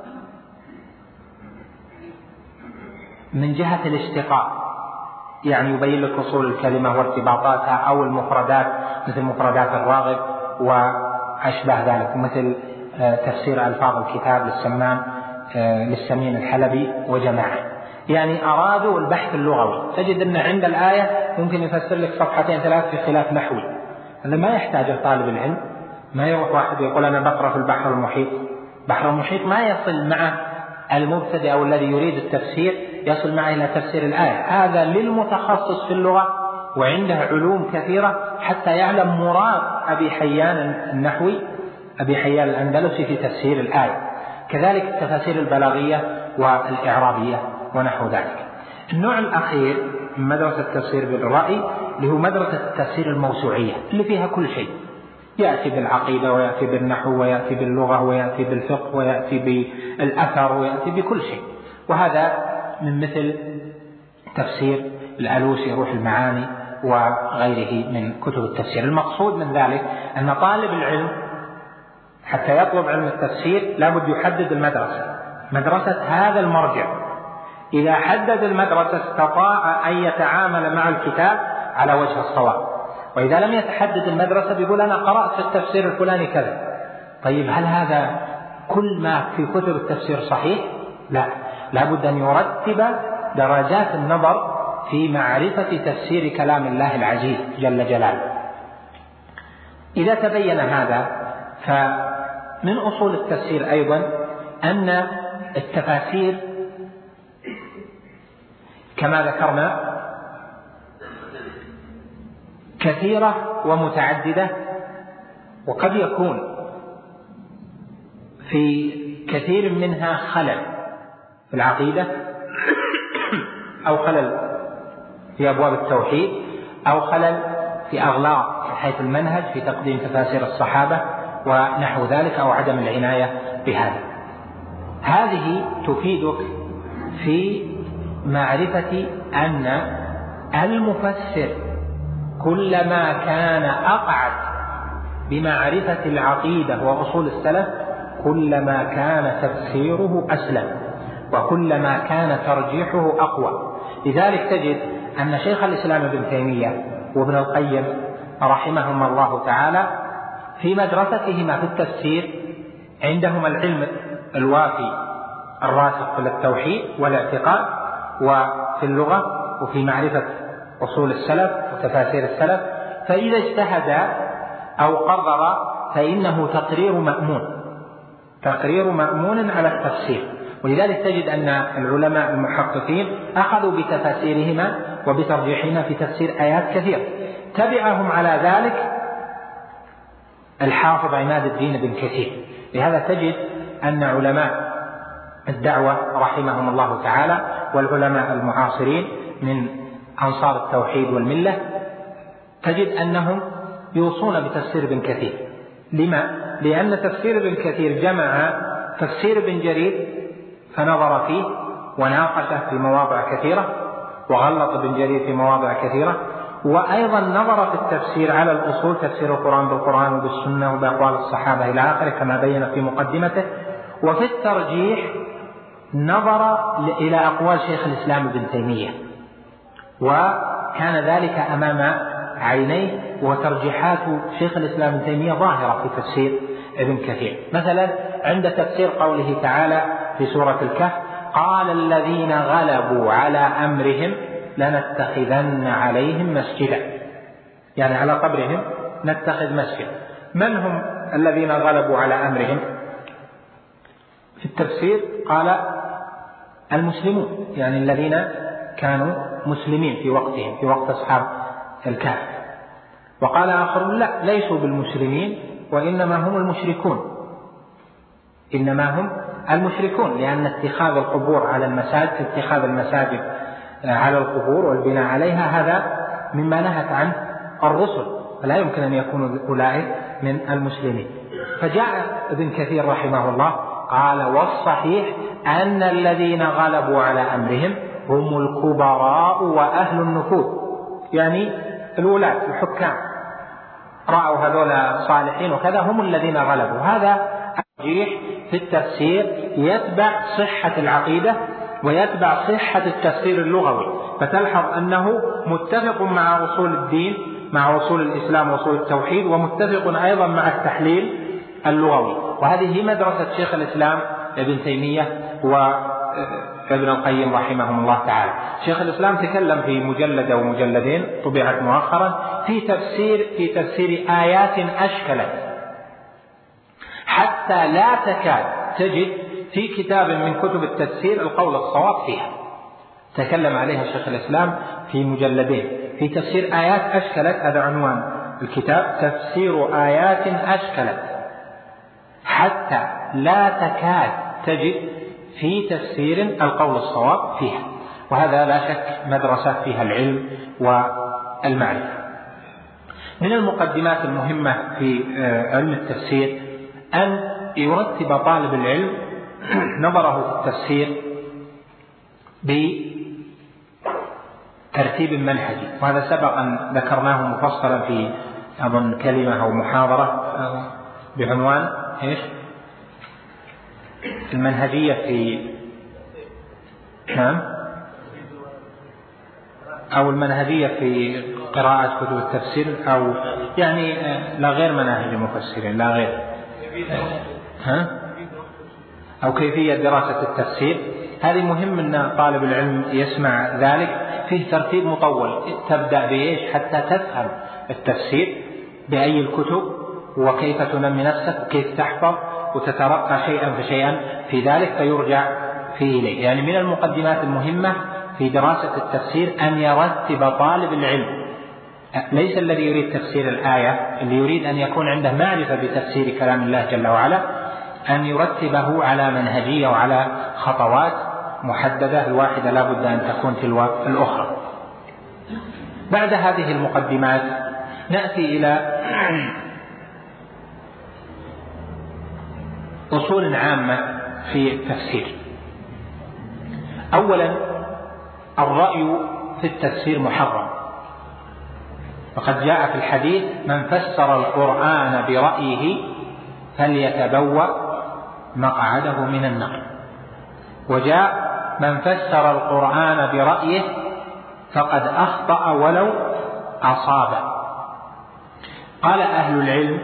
من جهة الاشتقاق، يعني يبين لك أصول الكلمة وارتباطاتها، أو المفردات مثل مفردات الراغب وأشبه ذلك، مثل تفسير ألفاظ الكتاب للسمين الحلبي وجماعة. يعني أرادوا البحث اللغوي. تجد أن عند الآية ممكن يفسر لك صفحتين 3 في خلاف نحوي، هذا ما يحتاج طالب العلم. ما يروح واحد يقول أنا بقرأ في البحر المحيط، البحر المحيط ما يصل مع المبتدئ أو الذي يريد التفسير يصل معه إلى تفسير الآية. هذا للمتخصص في اللغة وعنده علوم كثيرة حتى يعلم مراد أبي حيان النحوي، أبي حيان الأندلسي في تفسير الآية. كذلك التفاسير البلاغية والإعرابية ونحو ذلك. النوع الأخير من مدرسة التفسير بالرأي اللي هو مدرسة التفسير الموسوعية، اللي فيها كل شيء، يأتي بالعقيدة ويأتي بالنحو ويأتي باللغة ويأتي بالفقه ويأتي بالأثر ويأتي بكل شيء. وهذا من مثل تفسير الألوسي روح المعاني وغيره من كتب التفسير. المقصود من ذلك أن طالب العلم حتى يطلب علم التفسير لابد يحدد المدرسة، مدرسة هذا المرجع. إذا حدد المدرسة استطاع أن يتعامل مع الكتاب على وجه الصواب. وإذا لم يتحدد المدرسة بيقول أنا قرأت في التفسير الفلاني كذا، طيب هل هذا كل ما في كتب التفسير صحيح؟ لا، لابد أن يرتب درجات النظر في معرفة تفسير كلام الله العزيز جل جلاله. إذا تبين هذا، فمن أصول التفسير أيضا أن التفاسير كما ذكرنا كثيرة ومتعددة، وقد يكون في كثير منها خلل في العقيدة أو خلل في أبواب التوحيد أو خلل في أغلاط من حيث المنهج في تقديم تفاسير الصحابة ونحو ذلك، أو عدم العناية بهذا. هذه تفيدك في معرفة أن المفسر كلما كان أقعد بمعرفة العقيدة وأصول السلف كلما كان تفسيره أسلم وكلما كان ترجيحه أقوى. لذلك تجد أن شيخ الإسلام ابن تيمية وابن القيم رحمهما الله تعالى في مدرستهما في التفسير عندهما العلم الوافي الراسخ في التوحيد والاعتقاد وفي اللغة وفي معرفة أصول السلف وتفاسير السلف، فإذا اجتهد أو قرر فإنه تقرير مأمون على التفسير. ولذلك تجد أن العلماء المحققين أخذوا بتفاسيرهما وبترجيحهما في تفسير آيات كثيرة. تبعهم على ذلك الحافظ عماد الدين بن كثير. لهذا تجد أن علماء الدعوة رحمهم الله تعالى والعلماء المعاصرين من أنصار التوحيد والملة تجد أنهم يوصون بتفسير ابن كثير. لما؟ لأن تفسير ابن كثير جمع تفسير ابن جرير فنظر فيه وناقشه في مواضع كثيرة وغلط ابن جرير في مواضع كثيرة، وأيضا نظر في التفسير على الأصول، تفسير القرآن بالقرآن وبالسنة وبأقوال الصحابة إلى آخره كما بين في مقدمته. وفي الترجيح نظر إلى أقوال شيخ الإسلام ابن تيمية، وكان ذلك أمام عينيه، وترجيحات شيخ الإسلام ابن تيمية ظاهرة في تفسير ابن كثير. مثلا عند تفسير قوله تعالى في سورة الكهف: قال الذين غلبوا على أمرهم لنتخذن عليهم مسجدا، يعني على قبرهم نتخذ مسجد. من هم الذين غلبوا على أمرهم؟ في التفسير قال المسلمون، يعني الذين كانوا مسلمين في وقتهم، في وقت أصحاب الكهف. وقال آخرون لا، ليسوا بالمسلمين وإنما هم المشركون، إنما هم المشركون، لأن اتخاذ القبور على المساجد، اتخاذ المساجد على القبور والبناء عليها، هذا مما نهت عنه الرسل، فلا يمكن أن يكونوا أولئك من المسلمين. فجاء ابن كثير رحمه الله قال: والصحيح أن الذين غلبوا على أمرهم هم الكبراء وأهل النفوذ، يعني الولاة الحكام رأوا هذول صالحين وكذا، هم الذين غلبوا. هذا الترجيح في التفسير يتبع صحة العقيدة ويتبع صحة التفسير اللغوي، فتلحظ أنه متفق مع أصول الدين، مع أصول الإسلام وأصول التوحيد، ومتفق أيضا مع التحليل اللغوي. وهذه مدرسة شيخ الإسلام ابن تيمية وابن القيم رحمهم الله تعالى. شيخ الإسلام تكلم في مجلد أو مجلدين طبعت مؤخرا في تفسير آيات أشكلت حتى لا تكاد تجد في كتاب من كتب التفسير القول الصواب فيها. تكلم عليها شيخ الإسلام في مجلدين في تفسير آيات أشكلت، هذا عنوان الكتاب: تفسير آيات أشكلت، حتى لا تكاد تجد في تفسير القول الصواب فيها. وهذا لا شك مدرسة فيها العلم والمعرفة. من المقدمات المهمة في علم التفسير أن يرتب طالب العلم نظره في التفسير بترتيب منهجي، وهذا سبق أن ذكرناه مفصلا في أظن كلمة أو محاضرة بعنوان إيش؟ المنهجية في أو المنهجية في قراءة كتب التفسير، أو يعني لا غير مناهج المفسرين، لا غير أو كيفية دراسة التفسير. هذه مهم أن طالب العلم يسمع ذلك. فيه ترتيب مطول، تبدأ بإيش حتى تفهم التفسير، بأي الكتب، وكيف تنمي نفسك، وكيف تحفظ وتترقى شيئا فشيئا في ذلك، فيرجع فيه إليه. يعني من المقدمات المهمة في دراسة التفسير أن يرتب طالب العلم، ليس الذي يريد تفسير الآية، اللي يريد أن يكون عنده معرفة بتفسير كلام الله جل وعلا، أن يرتبه على منهجية وعلى خطوات محددة، الواحدة لا بد أن تكون تلو الأخرى. بعد هذه المقدمات نأتي إلى أصول عامة في التفسير. أولا، الرأي في التفسير محرم، وقد جاء في الحديث: من فسر القرآن برأيه فليتبوأ مقعده من النار. وجاء: من فسر القرآن برأيه فقد أخطأ ولو أصاب. قال أهل العلم: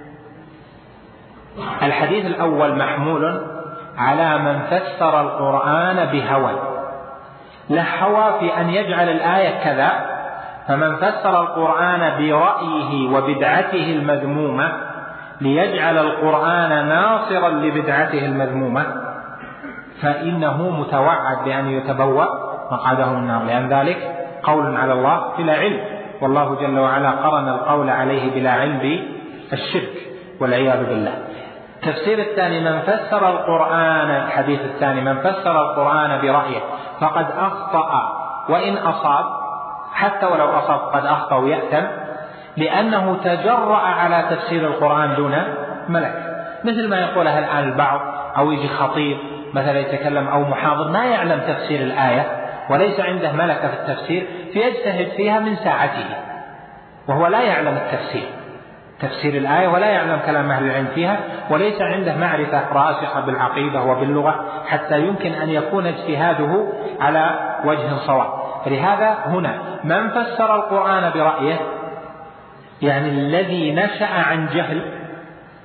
الحديث الأول محمول على من فسر القرآن بهوى، لا هوى في أن يجعل الآية كذا. فمن فسر القرآن برأيه وبدعته المذمومة ليجعل القرآن ناصرا لبدعته المذمومة فإنه متوعد بأن يتبوأ مقعده من النار، لأن ذلك قول على الله بلا علم، والله جل وعلا قرن القول عليه بلا علم بالشرك والعياذ بالله. التفسير الثاني: من فسر القرآن، الحديث الثاني: من فسر القرآن برأيه فقد أخطأ وإن أصاب، حتى ولو أصاب قد أخطأ ويأثم، لأنه تجرأ على تفسير القرآن دون ملك. مثل ما يقولها الآن البعض، أو يجي خطيب مثلا يتكلم أو محاضر ما يعلم تفسير الآية وليس عنده ملكة في التفسير، فيجتهد فيها من ساعته وهو لا يعلم تفسير الآية ولا يعلم كلام أهل العلم فيها، وليس عنده معرفة راسخة بالعقيدة وباللغة حتى يمكن أن يكون اجتهاده على وجه صواب. فلهذا هنا من فسر القرآن برأيه، يعني الذي نشأ عن جهل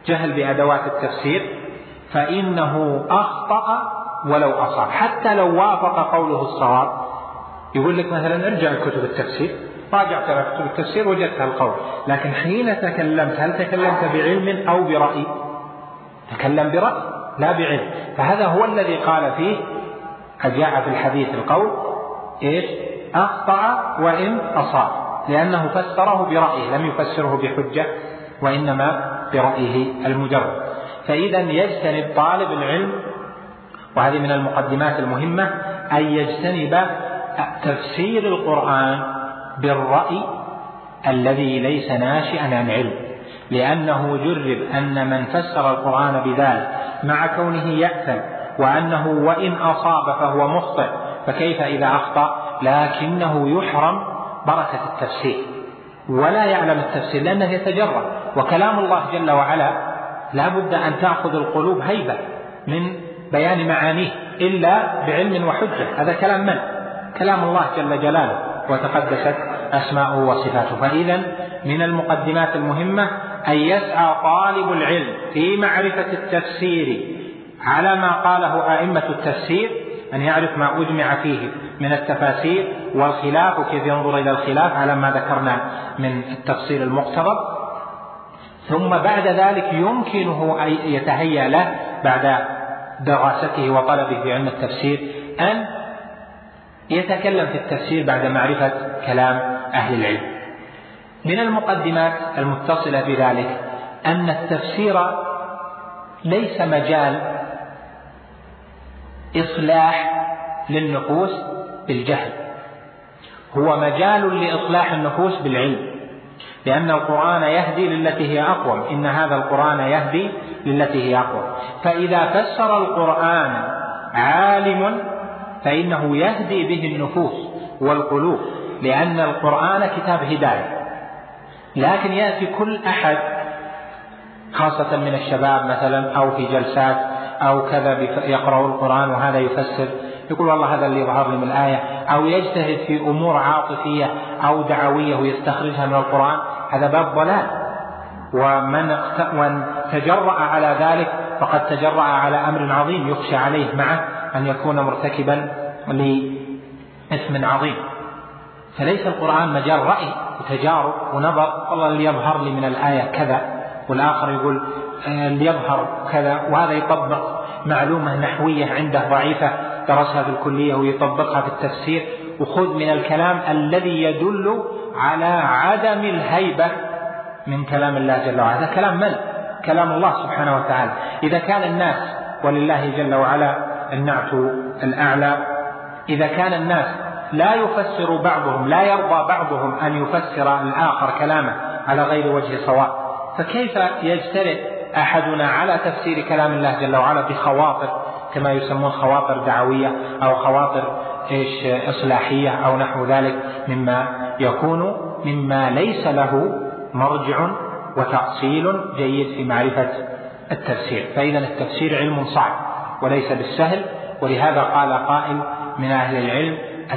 جهل بأدوات التفسير فإنه أخطأ ولو أصاب، حتى لو وافق قوله الصواب. يقول لك مثلا ارجع لكتب التفسير، راجعت على كتب التفسير وجدت القول، لكن حين تكلمت هل تكلمت بعلم أو برأي؟ تكلم برأي لا بعلم. فهذا هو الذي قال فيه قد جاء في الحديث القول إيش؟ أخطأ وإن أصاب، لأنه فسره برأيه لم يفسره بحجة وإنما برأيه المجرد. فإذا يجتنب طالب العلم، وهذه من المقدمات المهمة، أن يجتنب تفسير القرآن بالرأي الذي ليس ناشئا عن علم، لأنه جرب أن من فسر القرآن بذلك مع كونه يأثم، وأنه وإن أصاب فهو مخطئ، فكيف إذا أخطأ؟ لكنه يحرم بركة التفسير ولا يعلم التفسير لأنه يتجرأ. وكلام الله جل وعلا لا بد أن تأخذ القلوب هيبة من بيان معانيه إلا بعلم وحجة. هذا كلام من؟ كلام الله جل جلاله وتقدست أسماؤه وصفاته. فإذا من المقدمات المهمة أن يسعى طالب العلم في معرفة التفسير على ما قاله أئمة التفسير، أن يعرف ما أجمع فيه من التفاسير والخلاف وكيف ينظر إلى الخلاف على ما ذكرنا من التفسير المقتضب. ثم بعد ذلك يمكنه أن يتهيأ له بعد دراسته وطلبه في علم التفسير أن يتكلم في التفسير بعد معرفة كلام أهل العلم. من المقدمات المتصلة بذلك أن التفسير ليس مجال إصلاح للنفوس بالجهل، هو مجال لإصلاح النفوس بالعلم، لأن القرآن يهدي للتي هي أقوم، إن هذا القرآن يهدي للتي هي أقوم. فإذا فسر القرآن عالم فإنه يهدي به النفوس والقلوب، لأن القرآن كتاب هداية. لكن يأتي كل أحد خاصة من الشباب مثلا أو في جلسات أو كذا يقرأ القرآن وهذا يفسر، يقول والله هذا اللي يظهر لي من الآية، أو يجتهد في أمور عاطفية أو دعوية ويستخرجها من القرآن، هذا باب ضلال. ومن تجرأ على ذلك فقد تجرأ على أمر عظيم يخشى عليه معه أن يكون مرتكبا لإثم عظيم. فليس القرآن مجال رأي وتجارب ونظر، والله اللي يظهر لي من الآية كذا، والآخر يقول اللي يظهر كذا، وهذا يطبق معلومة نحوية عنده ضعيفة درسها في الكلية ويطبقها في التفسير، وخذ من الكلام الذي يدل على عدم الهيبة من كلام الله جل وعلا. هذا كلام من؟ كلام الله سبحانه وتعالى. إذا كان الناس، ولله جل وعلا النعت الأعلى، إذا كان الناس لا يفسر بعضهم، لا يرضى بعضهم أن يفسر الآخر كلامه على غير وجه صواب، فكيف يجترئ أحدنا على تفسير كلام الله جل وعلا بخواطر كما يسمون خواطر دعوية أو خواطر إصلاحية أو نحو ذلك، مما يكون مما ليس له مرجع وتأصيل جيد في معرفة التفسير. فإذا التفسير علم صعب وليس بالسهل، ولهذا قال قائل من أهل العلم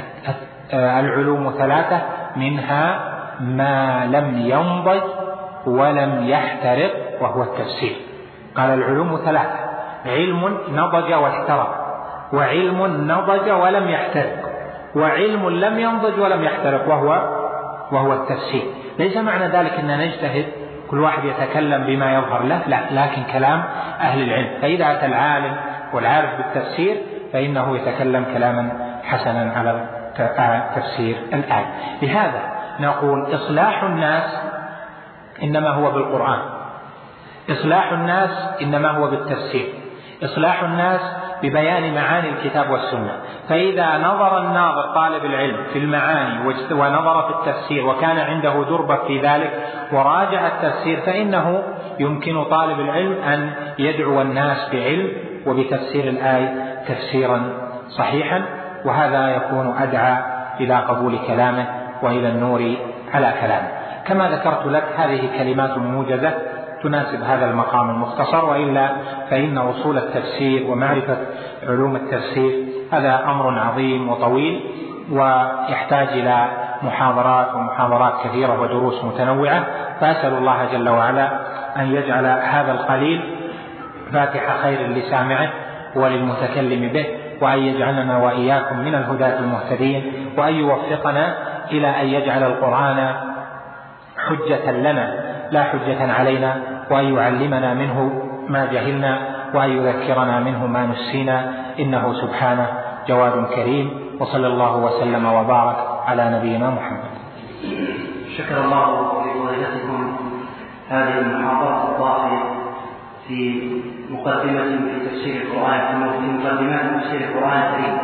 العلوم ثلاثة منها ما لم ينضج ولم يحترق وهو التفسير. قال العلوم ثلاثة: علم نضج واحترق، وعلم نضج ولم يحترق، وعلم لم ينضج ولم يحترق وهو التفسير. ليس معنى ذلك أن نجتهد كل واحد يتكلم بما يظهر له، لا، لكن كلام أهل العلم. فإذا أتى العالم والعارف بالتفسير فإنه يتكلم كلاما حسنا على تفسير الآية. لهذا نقول إصلاح الناس إنما هو بالقرآن، إصلاح الناس إنما هو بالتفسير، إصلاح الناس ببيان معاني الكتاب والسنة. فإذا نظر الناظر طالب العلم في المعاني ونظر في التفسير وكان عنده دربة في ذلك وراجع التفسير، فإنه يمكن طالب العلم أن يدعو الناس بعلم وبتفسير الآية تفسيرا صحيحا، وهذا يكون أدعى إلى قبول كلامه وإلى النور على كلامه. كما ذكرت لك هذه كلمات موجزة تناسب هذا المقام المختصر، وإلا فإن أصول التفسير ومعرفة علوم التفسير هذا أمر عظيم وطويل ويحتاج إلى محاضرات كثيرة ودروس متنوعة. فأسأل الله جل وعلا أن يجعل هذا القليل فاتح خير لسامعه وللمتكلم به، وأن يجعلنا وإياكم من الهداة المهتدين، وأن يوفقنا إلى أن يجعل القرآن حجة لنا لا حجة علينا، وأن يعلمنا منه ما جهلنا، وأن يذكرنا منه ما نسينا، إنه سبحانه جواد كريم. وصلى الله وسلم وبارك على نبينا محمد. شكر الله لفضيلتكم هذه المحاضرة الضافية في مقدمة في تفسير القرآن، في مقدمات تفسير القرآن الكريم.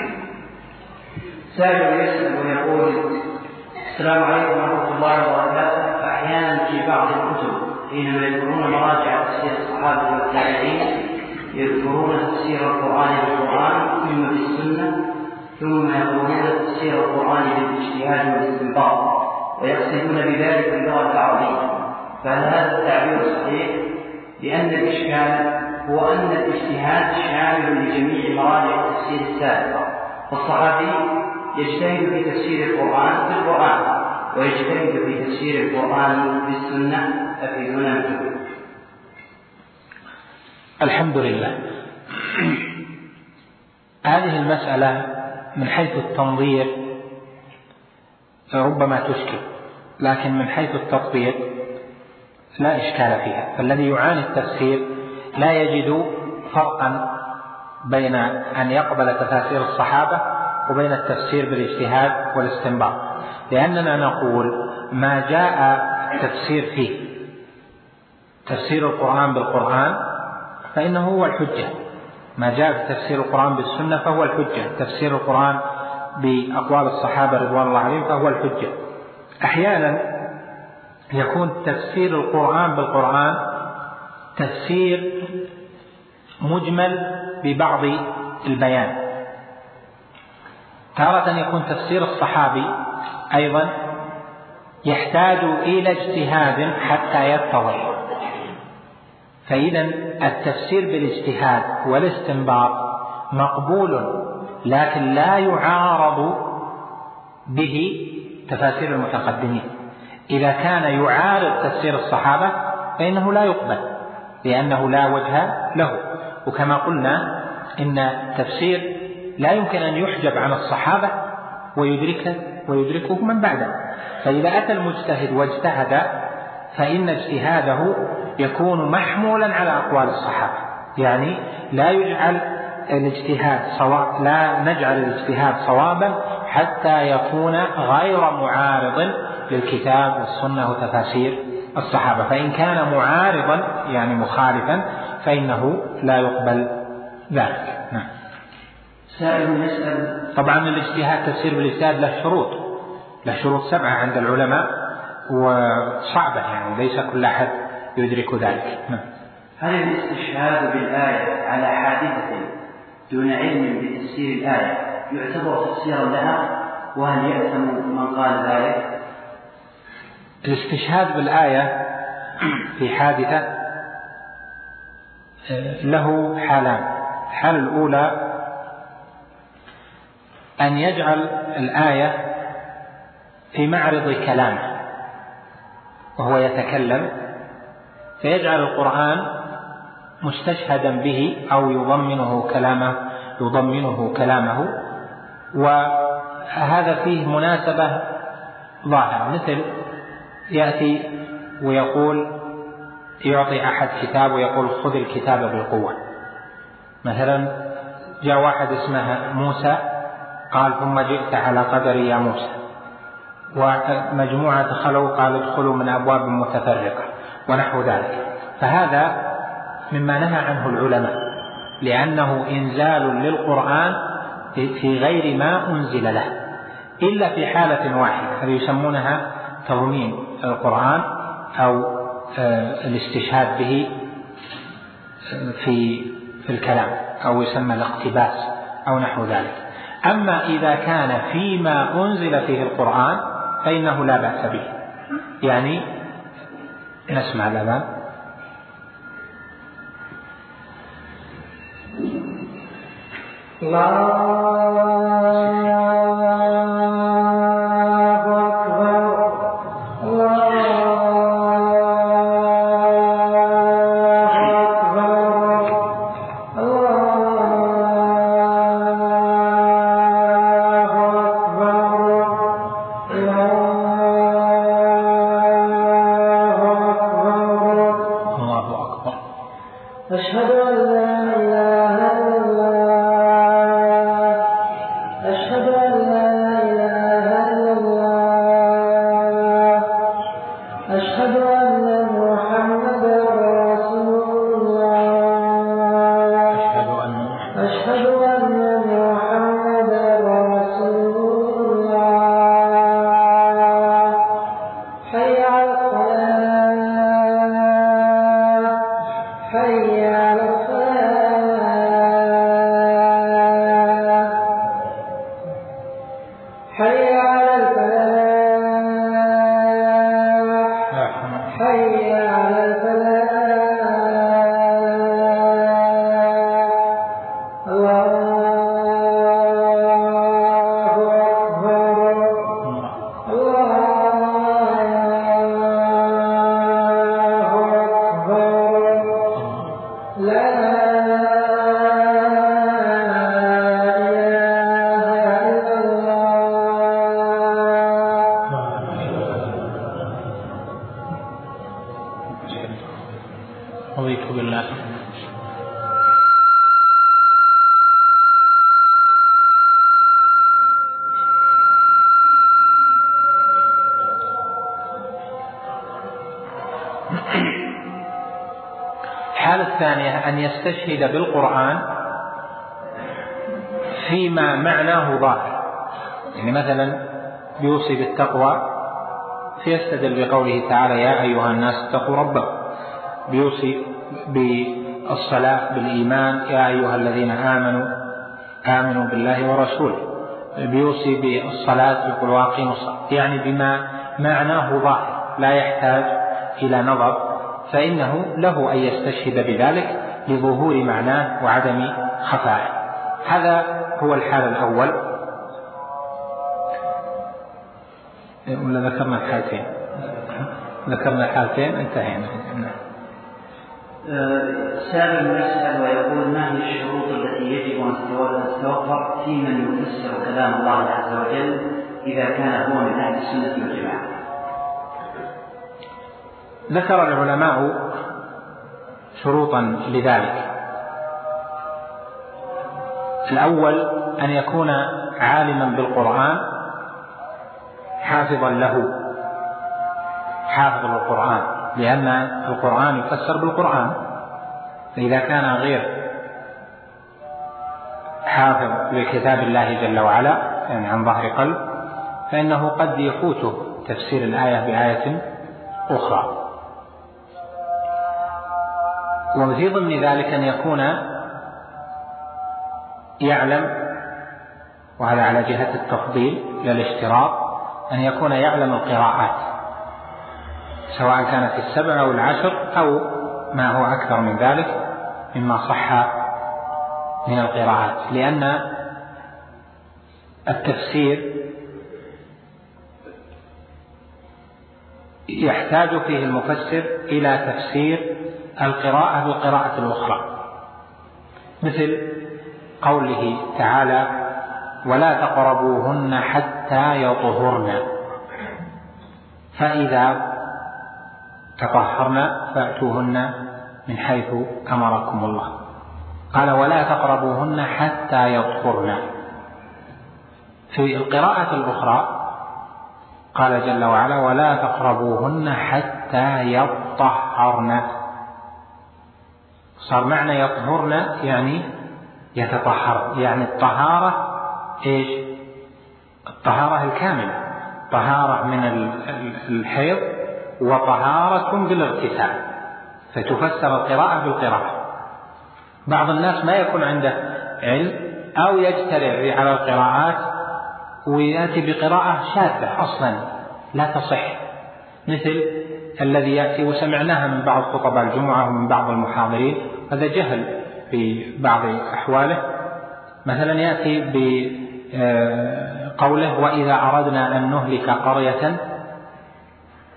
سائل يسأل ويقول: السلام عليكم ورحمة الله وبركاته. أحيانا في بعض الكتب حينما يذكرون مراجع تفسير الصحابة والتابعين يذكرون تفسير القرآن بالقرآن ثم بالسنة، ثم يقولون تفسير القرآن بالاجتهاد والاستنباط، ويقصدون بذلك اللغة العربية، فهل هذا التعبير صحيح؟ لأن الإشكال هو أن الاجتهاد شامل لجميع مراجع التفسير السابقة، فالصحابي يجتهد في تفسير القرآن بالقرآن ويجتهد في تفسير القرآن بالسنة. أفيدونا منه. الحمد لله. هذه المسألة من حيث التنظير ربما تشكل، لكن من حيث التطبيق لا إشكال فيها. فالذي يعاني التفسير لا يجد فرقا بين أن يقبل تفاسير الصحابة وبين التفسير بالاجتهاد والاستنباط، لأننا نقول ما جاء التفسير فيه تفسير القرآن بالقرآن فإنه هو الحجة، ما جاء في تفسير القرآن بالسنة فهو الحجة، تفسير القرآن بأقوال الصحابة رضوان الله عليهم فهو الحجة. أحيانا يكون تفسير القرآن بالقرآن تفسير مجمل ببعض البيان، تارة يكون تفسير الصحابي أيضا يحتاج إلى اجتهاد حتى يتضح. فإذا التفسير بالاجتهاد والاستنباط مقبول، لكن لا يعارض به تفاسير المتقدمين. إذا كان يعارض تفسير الصحابة فإنه لا يقبل، لأنه لا وجه له. وكما قلنا إن التفسير لا يمكن أن يحجب عن الصحابة ويدركه من بعده. فإذا أتى المجتهد واجتهد فإن اجتهاده يكون محمولا على أقوال الصحابة، يعني لا نجعل الاجتهاد صوابا حتى يكون غير معارض للكتاب والسنة وتفاسير الصحابة. فإن كان معارضا يعني مخالفا فإنه لا يقبل ذلك. نعم. سائل يسأل: طبعا الاجتهاد تفسير بالاجتهاد له شروط 7 عند العلماء وصعبة، يعني ليس كل أحد يدرك ذلك. هل الاستشهاد بالآية على حادثة دون علم بتفسير الآية يعتبر تفسيرا لها، وهل يأثم من قال ذلك؟ الاستشهاد بالآية في حادثة له حالان. الحالة الأولى أن يجعل الآية في معرض كلامه وهو يتكلم، فيجعل القرآن مستشهدا به أو يضمنه كلامه، وهذا فيه مناسبة ظاهرة، مثل يأتي ويقول يعطي أحد كتاب ويقول خذ الكتاب بالقوة. مثلا جاء واحد اسمه موسى قال ثم جئت على قدري يا موسى، ومجموعة خلوا قال ادخلوا من أبواب متفرقة ونحو ذلك. فهذا مما نهى عنه العلماء، لأنه إنزال للقرآن في غير ما أنزل له، إلا في حالة واحدة، هذه يسمونها تضمين القرآن أو الاستشهاد به في الكلام، أو يسمى الاقتباس أو نحو ذلك. أما إذا كان فيما أنزل فيه القرآن فإنه لا بأس به. يعني نسمع الأذان. الله الحالة الثانية أن يستشهد بالقرآن فيما معناه ظاهر، يعني مثلا يوصي بالتقوى فيستدل بقوله تعالى يا أيها الناس اتقوا ربكم، بيوصي بالصلاة بالإيمان يا أيها الذين آمنوا بالله ورسوله، بيوصي بالصلاة يقول واقيموا الصلاة، يعني بما معناه ظاهر لا يحتاج إلى نظر، فإنه له أن يستشهد بذلك لظهور معناه وعدم خفائه. هذا هو الحال الأول. ولا ذكرنا الحالتين انتهينا. سائل يسأل ويقول ما هي الشروط التي يجب أن تتوفر في من يفسر كلام الله عز وجل إذا كان هو من أهل السنة والجماعة؟ ذكر العلماء شروطا لذلك. الأول أن يكون عالما بالقرآن حافظا له، حافظ القرآن، لأن القرآن يفسر بالقرآن، فإذا كان غير حافظ لكتاب الله جل وعلا يعني عن ظهر قلب فإنه قد يفوته تفسير الآية بآية أخرى. وفي ضمن ذلك أن يكون يعلم، وهذا على جهة التفضيل للاشتراط، أن يكون يعلم القراءات سواء كانت 7 أو 10 أو ما هو أكثر من ذلك مما صح من القراءات، لأن التفسير يحتاج فيه المفسر إلى تفسير القراءة بالقراءة الأخرى، مثل قوله تعالى ولا تقربوهن حتى يطهرن، فإذا تطهرن فأتوهن من حيث أمركم الله. قال ولا تقربوهن حتى يطهرن. في القراءة الأخرى قال جل وعلا ولا تقربوهن حتى يطهرن، صار معنى يطهرن يعني يتطهر، يعني الطهارة إيش؟ الطهارة الكاملة، طهارة من الحيض وطهارة بالاغتسال، فتفسر القراءة بالقراءة. بعض الناس ما يكون عنده علم أو يجترئ على القراءات ويأتي بقراءة شاذة أصلا لا تصح، مثل الذي يأتي وسمعناها من بعض خطباء الجمعة ومن بعض المحاضرين، هذا جهل في بعض أحواله. مثلا يأتي بقوله وإذا أردنا أن نهلك قرية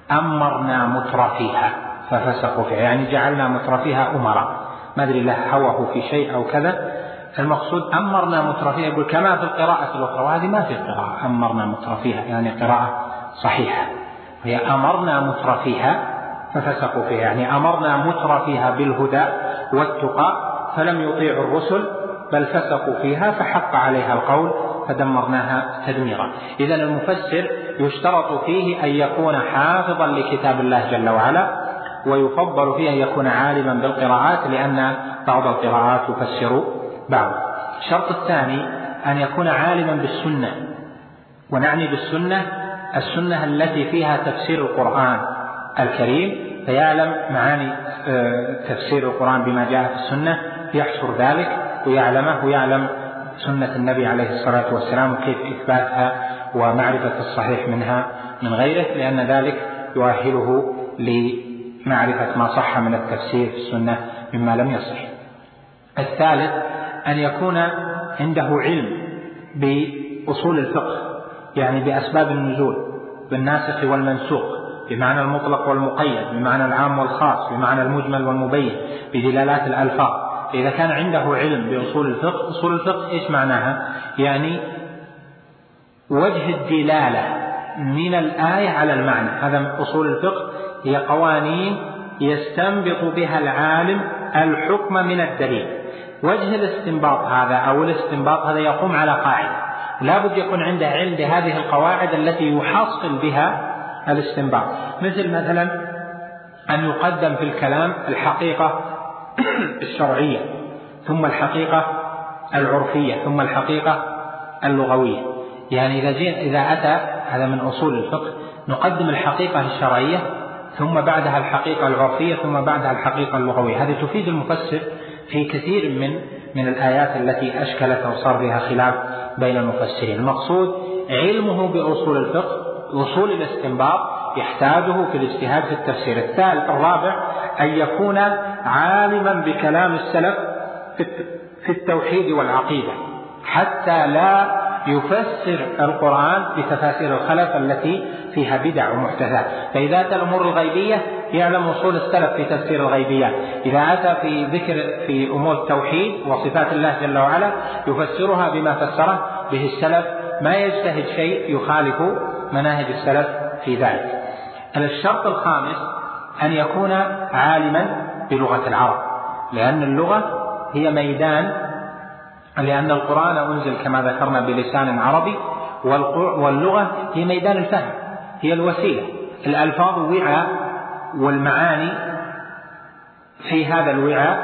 أمرنا مترفيها ففسقوا فيها، يعني جعلنا مترفيها أمراء، ما أدري له هوه في شيء أو كذا. المقصود أمرنا مترفيها، يقول كما في القراءة الأخرى، وهذه ما في قراءة أمرنا مترفيها يعني قراءة صحيحة، هي أمرنا مترفيها ففسقوا فيها، يعني أمرنا مترفيها بالهدى والتقى فلم يطيعوا الرسل بل فسقوا فيها فحق عليها القول فدمرناها تدميرا. إذن المفسر يشترط فيه أن يكون حافظا لكتاب الله جل وعلا، ويفضل فيه أن يكون عالما بالقراءات، لأن بعض القراءات تفسر بعض. الشرط الثاني أن يكون عالما بالسنة، ونعني بالسنة السنة التي فيها تفسير القرآن الكريم، فيعلم معاني تفسير القرآن بما جاء في السنة، يحصر ذلك ويعلمه، ويعلم سنة النبي عليه الصلاة والسلام وكيف إثباتها ومعرفة الصحيح منها من غيره، لأن ذلك يؤهله لمعرفة ما صح من التفسير في السنة مما لم يصح. الثالث أن يكون عنده علم بأصول الفقه، يعني بأسباب النزول، بالناسخ والمنسوخ، بمعنى المطلق والمقيد، بمعنى العام والخاص، بمعنى المجمل والمبين، بدلالات الألفاظ. إذا كان عنده علم بأصول الفقه، أصول الفقه إيش معناها؟ يعني وجه الدلالة من الآية على المعنى، هذا أصول الفقه، هي قوانين يستنبط بها العالم الحكم من الدليل. وجه الاستنباط هذا أو الاستنباط هذا يقوم على قاعدة، لا بد يكون عنده علم بهذه القواعد التي يحصل بها الاستنباط، مثلا أن يقدم في الكلام الحقيقة الشرعية، ثم الحقيقة العرفية، ثم الحقيقة اللغوية. يعني إذا أتى هذا من أصول الفقه، نقدم الحقيقة الشرعية ثم بعدها الحقيقة العرفية ثم بعدها الحقيقة اللغوية. هذه تفيد المفسر في كثير من الآيات التي أشكلت أو صار بها خلاف بين المفسرين. المقصود علمه بأصول الفقه، أصول الاستنباط يحتاجه في الاجتهاد في التفسير. الرابع أن يكون عالما بكلام السلف في التوحيد والعقيدة، حتى لا يفسر القرآن بتفاسير الخلف التي فيها بدع ومحدثات. فإذا أتى الأمور الغيبية يعلم أصول السلف في تفسير الغيبيات، إذا أتى في ذكر في أمور التوحيد وصفات الله جل وعلا يفسرها بما فسره به السلف، ما يجتهد شيء يخالف مناهج السلف في ذلك. الشرط الخامس أن يكون عالما بلغة العرب، لأن اللغة هي ميدان، لأن القرآن أنزل كما ذكرنا بلسان عربي، واللغة هي ميدان الفهم، هي الوسيلة. الألفاظ وعاء، والمعاني في هذا الوعاء،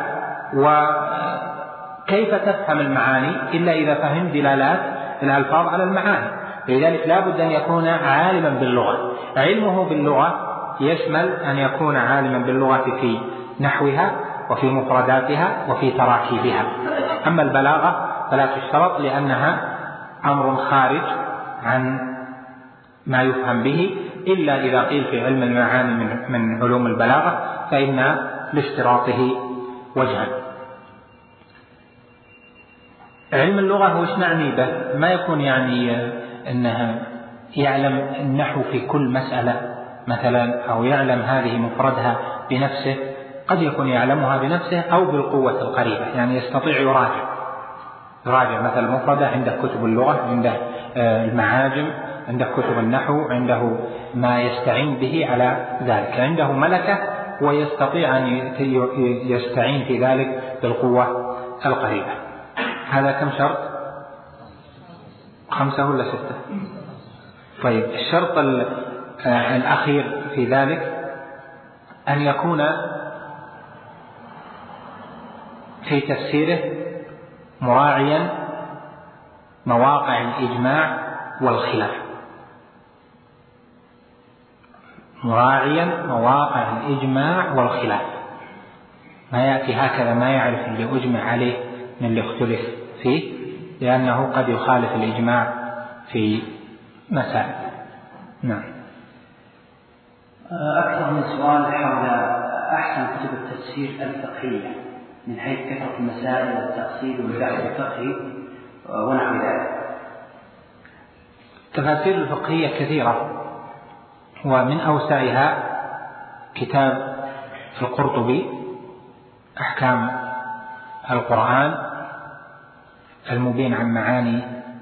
وكيف تفهم المعاني إلا إذا فهم دلالات الألفاظ على المعاني. لذلك لا بد أن يكون عالما باللغة. علمه باللغة يشمل أن يكون عالما باللغة في نحوها وفي مفرداتها وفي تراكيبها. أما البلاغة فلا تشترط، لأنها أمر خارج عن ما يفهم به، إلا إذا قيل في علم المعاني من علوم البلاغة فإن لاشتراطه وجها. علم اللغة وش نعني به؟ ما يكون يعني أنه يعلم النحو في كل مسألة مثلا، أو يعلم هذه مفردها بنفسه، قد يكون يعلمها بنفسه أو بالقوة القريبة، يعني يستطيع يراجع مثلا مفردة، عنده كتب اللغة، عنده المعاجم، عنده كتب النحو، عنده ما يستعين به على ذلك، عنده ملكة ويستطيع أن يستعين في ذلك بالقوة القريبة. هذا كم شرط؟ 5 ولا 6؟ طيب، الشرط الأخير في ذلك أن يكون في تفسيره مراعيا مواقع الإجماع والخلاف، مراعيا مواقع الإجماع والخلاف، ما يأتي هكذا ما يعرف اللي أجمع عليه من اللي اختلف فيه، لأنه قد يخالف الإجماع في مسائل. نعم. أكثر من سؤال حول أحسن كتب التفسير الفقهية من حيث كثرة المسائل والتأصيل والبحث الفقهي ونحو ذلك. التفاسير الفقهية كثيرة، ومن أوسعها كتاب القرطبي أحكام القرآن المبين عن معاني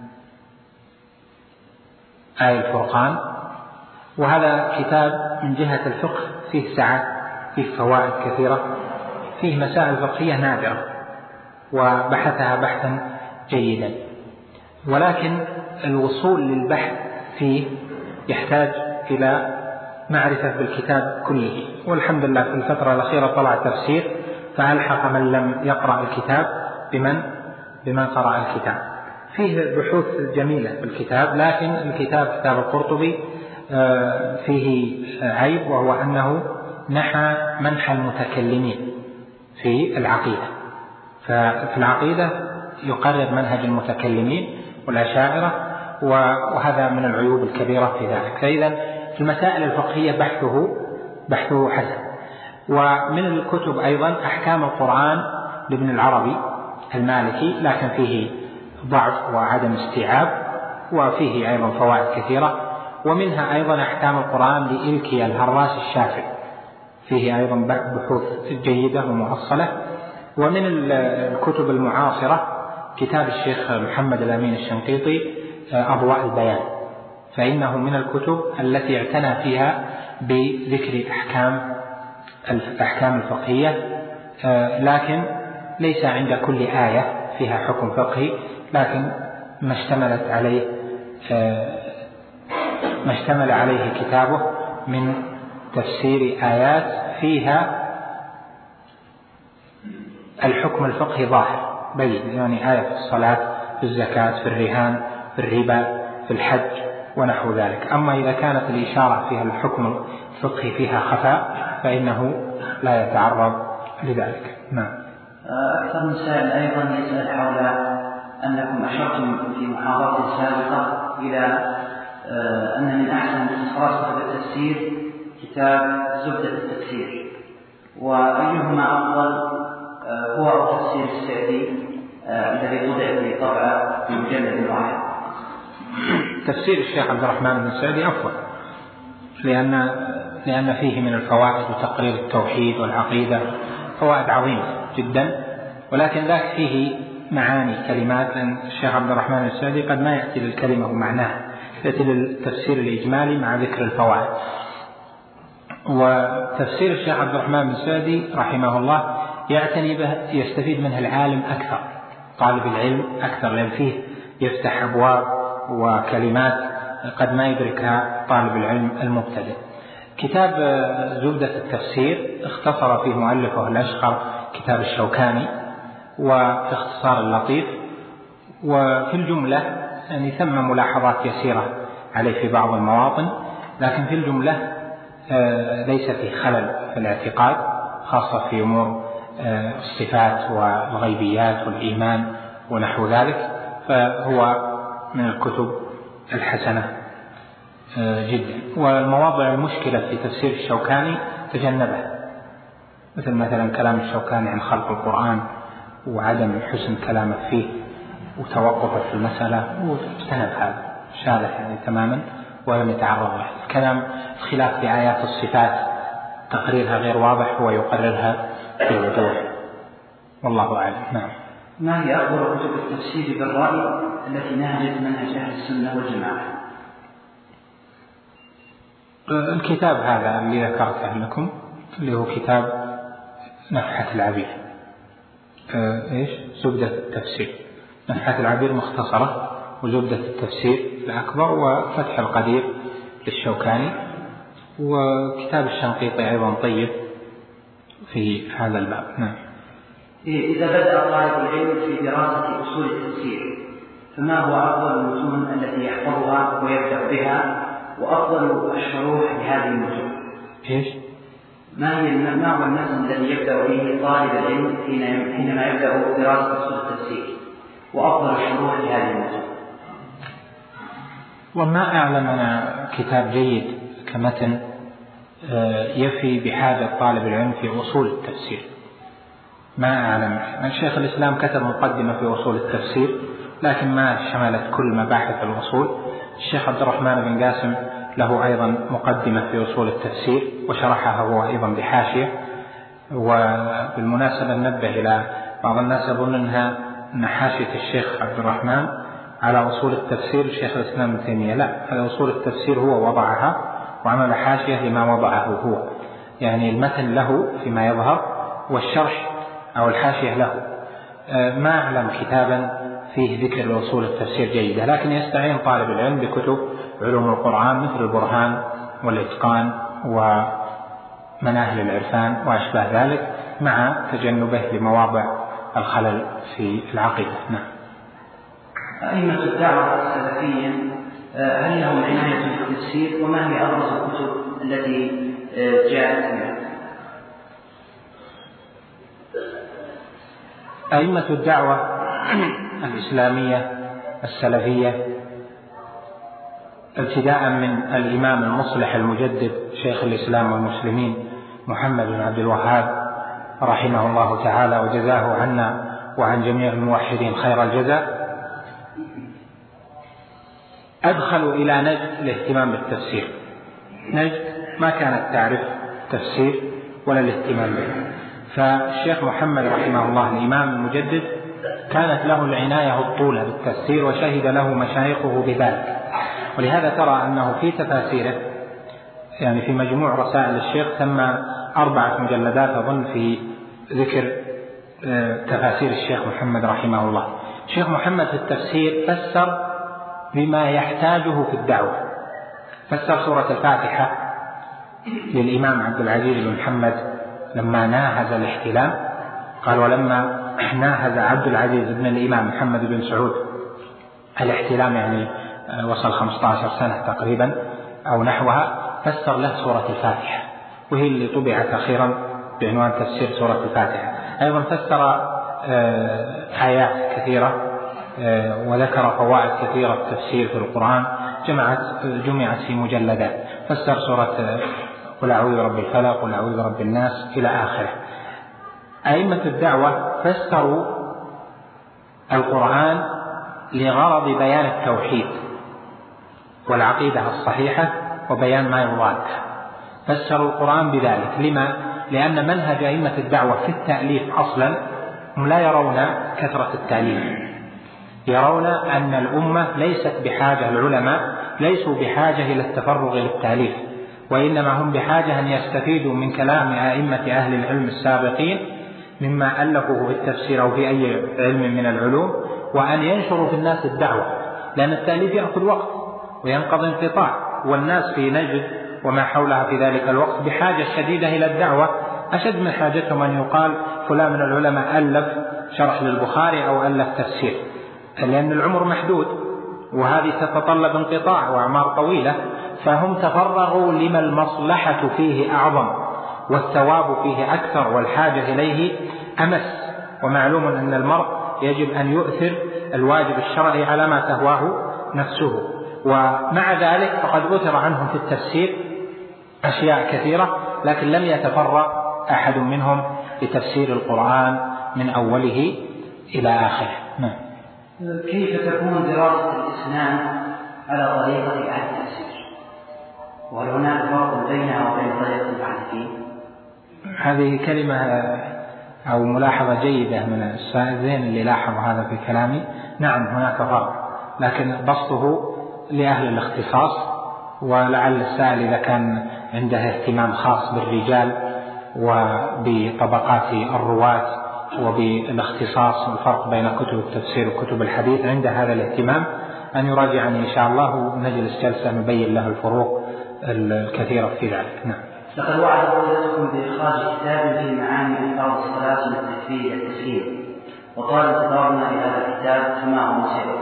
آية الفرقان، وهذا كتاب من جهة الفقه فيه سعة، فيه فوائد كثيرة، فيه مسائل فقهية نادرة وبحثها بحثا جيدا، ولكن الوصول للبحث فيه يحتاج إلى معرفة بالكتاب كله. والحمد لله في الفترة الأخيرة طلع تفسير فألحق من لم يقرأ الكتاب بمن قرأ الكتاب. فيه بحوث جميلة في الكتاب، لكن الكتاب كتاب القرطبي فيه عيب، وهو أنه نحى منحى المتكلمين في العقيدة. ففي العقيدة يقرر منهج المتكلمين والأشاعرة، وهذا من العيوب الكبيرة في ذلك. فإذا في المسائل الفقهية بحثه حسن. ومن الكتب أيضا أحكام القرآن لابن العربي المالكي، لكن فيه ضعف وعدم استيعاب، وفيه أيضا فوائد كثيرة. ومنها أيضا أحكام القرآن لإلكي الهراس الشافعي، فيه أيضا بحوث جيدة ومؤصلة. ومن الكتب المعاصرة كتاب الشيخ محمد الأمين الشنقيطي أضواء البيان، فإنه من الكتب التي اعتنى فيها بذكر الأحكام الفقهية، لكن ليس عند كل آية فيها حكم فقهي، لكن ما اشتمل عليه كتابه من تفسير آيات فيها الحكم الفقهي ظاهر بين، يعني آية في الصلاة، في الزكاة، في الرهان، في الربا، في الحج ونحو ذلك. أما إذا كانت الإشارة فيها الحكم الفقهي فيها خفاء فإنه لا يتعرض لذلك. نعم. أكثر من سائل أيضا يسأل حول أنكم أشرتم في محاضرة سابقة إلى أن من أحسن مختصرات كتب التفسير كتاب زبدة التفسير، وأيهما أفضل، هو أو تفسير السعدي الذي طبع في طبعة بمجلد واحد؟ تفسير الشيخ عبد الرحمن بن السعدي أفضل، لأن فيه من الفوائد وتقرير التوحيد والعقيدة فوائد عظيمة جدا، ولكن ذاك فيه معاني كلمات، لأن الشيخ عبد الرحمن السعدي قد ما يأتي للكلمة ومعناها، يأتي للتفسير الإجمالي مع ذكر الفوائد. وتفسير الشيخ عبد الرحمن بن السعدي رحمه الله يعتني به، يستفيد منه العالم أكثر، طالب العلم أكثر، لأن فيه يفتح أبواب وكلمات قد ما يدركها طالب العلم المبتدئ. كتاب زبدة التفسير اختصر فيه مؤلفه الأشقر كتاب الشوكاني، وفي اختصار اللطيف، وفي الجملة يعني ثم ملاحظات يسيرة عليه في بعض المواطن، لكن في الجملة ليس فيه خلل في الاعتقاد، خاصة في أمور الصفات والغيبيات والإيمان ونحو ذلك، فهو من الكتب الحسنة جدا. والمواضع المشكلة في تفسير الشوكاني تجنبها، مثلا كلام الشوكاني عن خلق القرآن وعدم حسن كلامه فيه وتوقفه في المسألة، واجتنب هذا، شاله يعني تماما ولم يتعرض له. الكلام خلاف في آيات الصفات تقريرها غير واضح ويقررها في وضوح، والله أعلم. نعم. ما هي أفضل كتب التفسير بالرأي التي نهجت منهج أهل السنة والجماعة؟ الكتاب هذا اللي ذكرته لكم اللي هو كتاب نفحة العبير، زبدة التفسير. نفحة العبير مختصرة، وزبدة التفسير الأكبر، وفتح القدير للشوكاني، وكتاب الشنقيطي أيضا طيب في هذا الباب. نعم. إذا بدأ طالب العلم في دراسة أصول التفسير فما هو أفضل المتون التي يحفظها ويبدأ بها، وأفضل الشروح لهذه المتون؟ ما هو المتن الذي يبدأ به طالب العلم حينما يبدأ دراسة أصول التفسير، وأفضل الشروح لهذه المتون؟ وما أعلم أنا كتاب جيد كمتن يفي بحاجة طالب العلم في أصول التفسير، ما أعلم. الشيخ الإسلام كتب مقدمة في أصول التفسير، لكن ما شملت كل مباحث الأصول. الشيخ عبد الرحمن بن قاسم له أيضا مقدمة في أصول التفسير وشرحها هو أيضا بحاشية. وبالمناسبة ننبه إلى بعض الناس يظن أن حاشية الشيخ عبد الرحمن على أصول التفسير شيخ الإسلام ابن تيمية، لا، على أصول التفسير هو وضعها وعمل حاشية لما وضعه هو، يعني المتن له فيما يظهر والشرح أو الحاشية له. ما أعلم كتابا فيه ذكر أصول التفسير جيدة، لكن يستعين طالب العلم بكتب علوم القرآن مثل البرهان والإتقان ومناهل العرفان وأشباه ذلك، مع تجنبه لمواضع الخلل في العقيدة. نعم. أئمة الدعوة السلفية هل لهم عناية في التفسير، وما هي أبرز الكتب التي جاءت منها؟ أئمة الدعوة الإسلامية السلفية ابتداء من الإمام المصلح المجدد شيخ الإسلام والمسلمين محمد بن عبد الوهاب رحمه الله تعالى وجزاه عنا وعن جميع الموحدين خير الجزاء، أدخلوا إلى نجد الاهتمام بالتفسير. نجد ما كانت تعرف تفسير ولا الاهتمام به، فالشيخ محمد رحمه الله الإمام المجدد كانت له العناية الطولة بالتفسير وشهد له مشايخه بذلك. ولهذا ترى أنه في تفاسيره، يعني في مجموع رسائل الشيخ سمى 4 مجلدات أظن في ذكر تفاسير الشيخ محمد رحمه الله. الشيخ محمد في التفسير فسر بما يحتاجه في الدعوة، فسر سورة الفاتحة للإمام عبد العزيز بن محمد لما ناهز الاحتلام، قال ولما ناهز عبد العزيز بن الإمام محمد بن سعود الاحتلام، يعني وصل 15 سنة تقريبا أو نحوها، فسر له سورة الفاتحة، وهي اللي طبعت أخيرا بعنوان تفسير سورة الفاتحة. أيضا فسر آيات كثيرة وذكر فوائد كثيرة في التفسير في القرآن جمعت في مجلدات، فسر سورة قل أعوذ برب الفلق قل أعوذ برب الناس إلى آخره. أئمة الدعوة فسروا القرآن لغرض بيان التوحيد والعقيدة الصحيحة وبيان ما يضادها، فسروا القرآن بذلك. لما؟ لأن منهج أئمة الدعوة في التأليف أصلا هم لا يرون كثرة التأليف، يرون أن الأمة ليست بحاجة، العلماء ليسوا بحاجة إلى التفرغ للتأليف، وإنما هم بحاجة أن يستفيدوا من كلام أئمة أهل العلم السابقين مما ألفوه في التفسير أو في أي علم من العلوم، وأن ينشروا في الناس الدعوة، لأن التأليف يأخذ وقت وينقضي انقطاع، والناس في نجد وما حولها في ذلك الوقت بحاجة شديدة إلى الدعوة، أشد من حاجتهم أن يقال فلان من العلماء ألف شرح للبخاري أو ألف تفسير، لأن العمر محدود وهذه تتطلب انقطاع وأعمار طويلة، فهم تفرغوا لما المصلحة فيه أعظم والثواب فيه أكثر والحاجة إليه أمس. ومعلوم أن المرء يجب أن يؤثر الواجب الشرعي على ما تهواه نفسه، ومع ذلك فقد أثر عنهم في التفسير أشياء كثيرة، لكن لم يتفرغ أحد منهم لتفسير القرآن من أوله إلى آخره. كيف تكون دراسة الإسلام على طريقة أهل التفسير؟ وهل هناك فرق بينها وبين طريقة المحدثين؟ هذه كلمة أو ملاحظة جيدة من السائلين اللي لاحظ هذا في كلامي. نعم هناك فرق، لكن بسطه لأهل الاختصاص، ولعل السائل إذا كان عنده اهتمام خاص بالرجال وبطبقات الرواة وبالاختصاص والفرق بين كتب التفسير وكتب الحديث، عند هذا الاهتمام أن يراجعني إن شاء الله ونجلس جلسة نبين له الفروق الكثيرة في ذلك. نعم. لقد وعد فضيلتكم بإخراج كتاب في معاني ألفاظ الصلاة من التكبير التسليم، وطال انتظارنا لهذا الكتاب، فما هو مصيره؟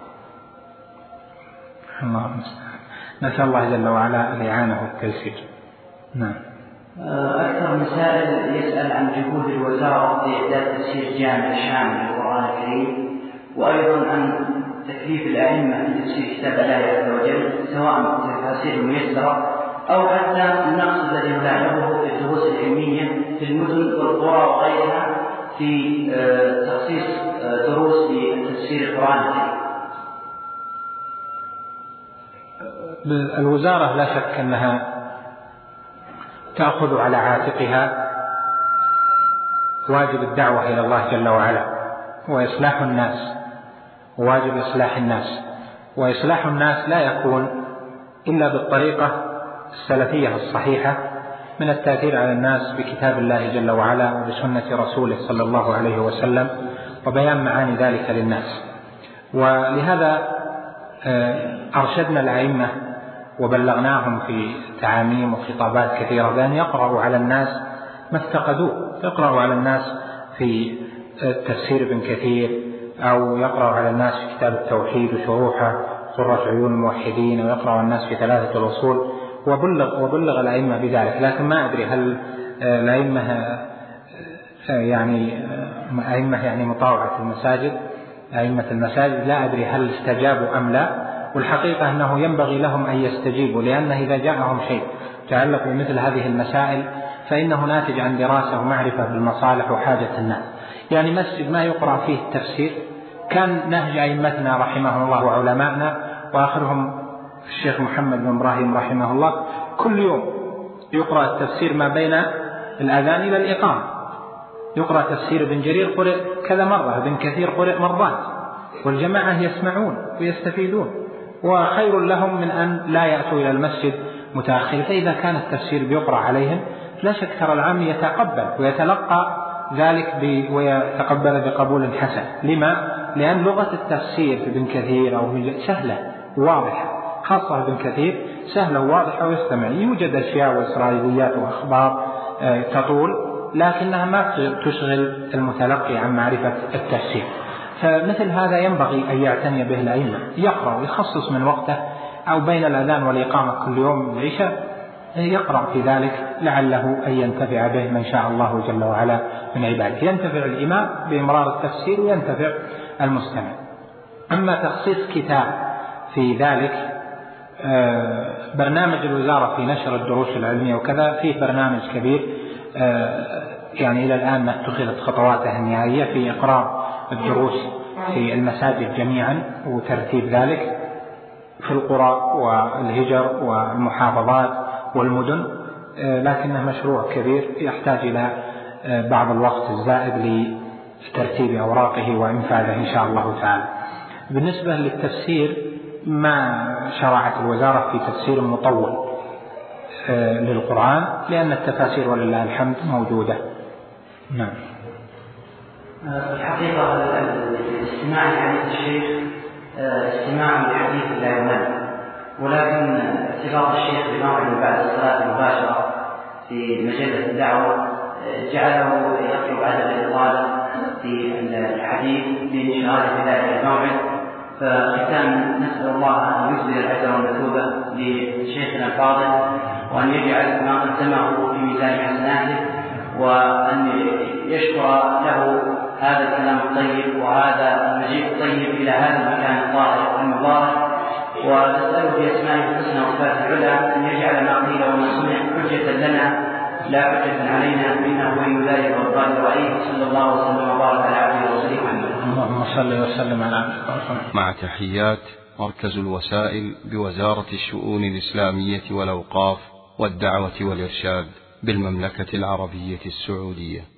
الله المستعان، نسأل الله جل وعلا الإعانة والتيسير. نعم. أكثر من سائل يسأل عن جهود الوزارة في إعداد تفسير جامع شامل للقرآن الكريم، وأيضا عن تكليف الأئمة في تفسير كتاب الله عز وجل، سواء تفاسير الميسرة أو حتى النقص الذي نلاحظه في الدروس العلمية في المدن والقرى وغيرها في تخصيص دروس لتفسير القرآن الكريم. الوزارة لا شك أنها تأخذ على عاتقها واجب الدعوة إلى الله جل وعلا وإصلاح الناس، وواجب إصلاح الناس، وإصلاح الناس لا يكون إلا بالطريقة السلفية الصحيحة من التأثير على الناس بكتاب الله جل وعلا وبسنة رسوله صلى الله عليه وسلم وبيان معاني ذلك للناس. ولهذا أرشدنا الأئمة وبلغناهم في تعاميم وخطابات كثيرة بأن يقرأوا على الناس ما افتقدوه، يقرأوا على الناس في تفسير ابن كثير، أو يقرأوا على الناس في كتاب التوحيد وشروحه قرة عيون الموحدين، ويقرأوا الناس في ثلاثة الأصول، وبلغ الأئمة بذلك. لكن ما أدري هل الأئمة يعني مطاوعة المساجد، أئمة المساجد لا أدري هل استجابوا أم لا. والحقيقة أنه ينبغي لهم أن يستجيبوا، لأنه إذا جاءهم شيء يتعلق بمثل هذه المسائل فإنه ناتج عن دراسة ومعرفة بالمصالح وحاجة الناس. يعني مسجد ما يقرأ فيه التفسير كان نهج أئمتنا رحمه الله وعلمائنا، وآخرهم الشيخ محمد بن إبراهيم رحمه الله، كل يوم يقرأ التفسير ما بين الأذان إلى الإقامة، يقرأ تفسير ابن جرير قرئ كذا مرة، ابن كثير قرئ مرات، والجماعة يسمعون ويستفيدون، وخير لهم من أن لا يأتوا إلى المسجد متأخر. فإذا كان التفسير بيقرأ عليهم لا شك ترى العام يتقبل ويتلقى ذلك ويتقبل بقبول حسن. لما؟ لأن لغة التفسير في ابن كثير أو سهلة واضحة، خاصة ابن كثير سهلة وواضحة ويستمع. يوجد أشياء وإسرائيليات وأخبار تطول، لكنها ما تشغل المتلقي عن معرفة التفسير. فمثل هذا ينبغي أن يعتني به الأئمة، يقرأ ويخصص من وقته أو بين الأذان والإقامة كل يوم العشاء يقرأ في ذلك، لعله أن ينتفع به من شاء الله جل وعلا من عباده. ينتفع الإمام بإمرار التفسير وينتفع المستمع. أما تخصيص كتاب في ذلك، برنامج الوزارة في نشر الدروس العلمية وكذا فيه برنامج كبير، يعني إلى الآن ما اتخذت خطواتها النهائية في إقرار الدروس في المساجد جميعا وترتيب ذلك في القرى والهجر والمحافظات والمدن، لكنه مشروع كبير يحتاج إلى بعض الوقت الزائد لترتيب أوراقه وإنفاذه إن شاء الله تعالى. بالنسبة للتفسير ما شرعت الوزارة في تفسير مطول للقرآن، لأن التفاسير ولله الحمد موجودة. نعم. الحقيقة الاستماع لحديث الشيخ استماع لحديث لا يمل، ولكن ارتباط الشيخ بموعد بعد الصلاة المباشرة في مجلة الدعوة جعله يطلب عدد الإطالة في الحديث بانشغاله في ذلك الموعد. فختام نسأل الله أن يجزل الأجر والمثوبة لشيخنا الفاضل، وأن يجعل ما قدمه في ميزان حسناته، وأن يشكر له هذا الكلام الطيب وهذا المجيء الطيب إلى هذا المكان الطاهر المبارك، ونسأله بأسمائه الحسنى وصفاته العلى أن يجعل ما قيل وما سمع حجة لنا لا حجة علينا، إنه ولي ذلك والقادر عليه. صلى الله وسلم وبارك على عبده ورسوله محمد. اللهم صل وسلم على عبده ورسوله. مع تحيات مركز الوسائل بوزارة الشؤون الإسلامية والأوقاف والدعوة والإرشاد بالمملكة العربية السعودية.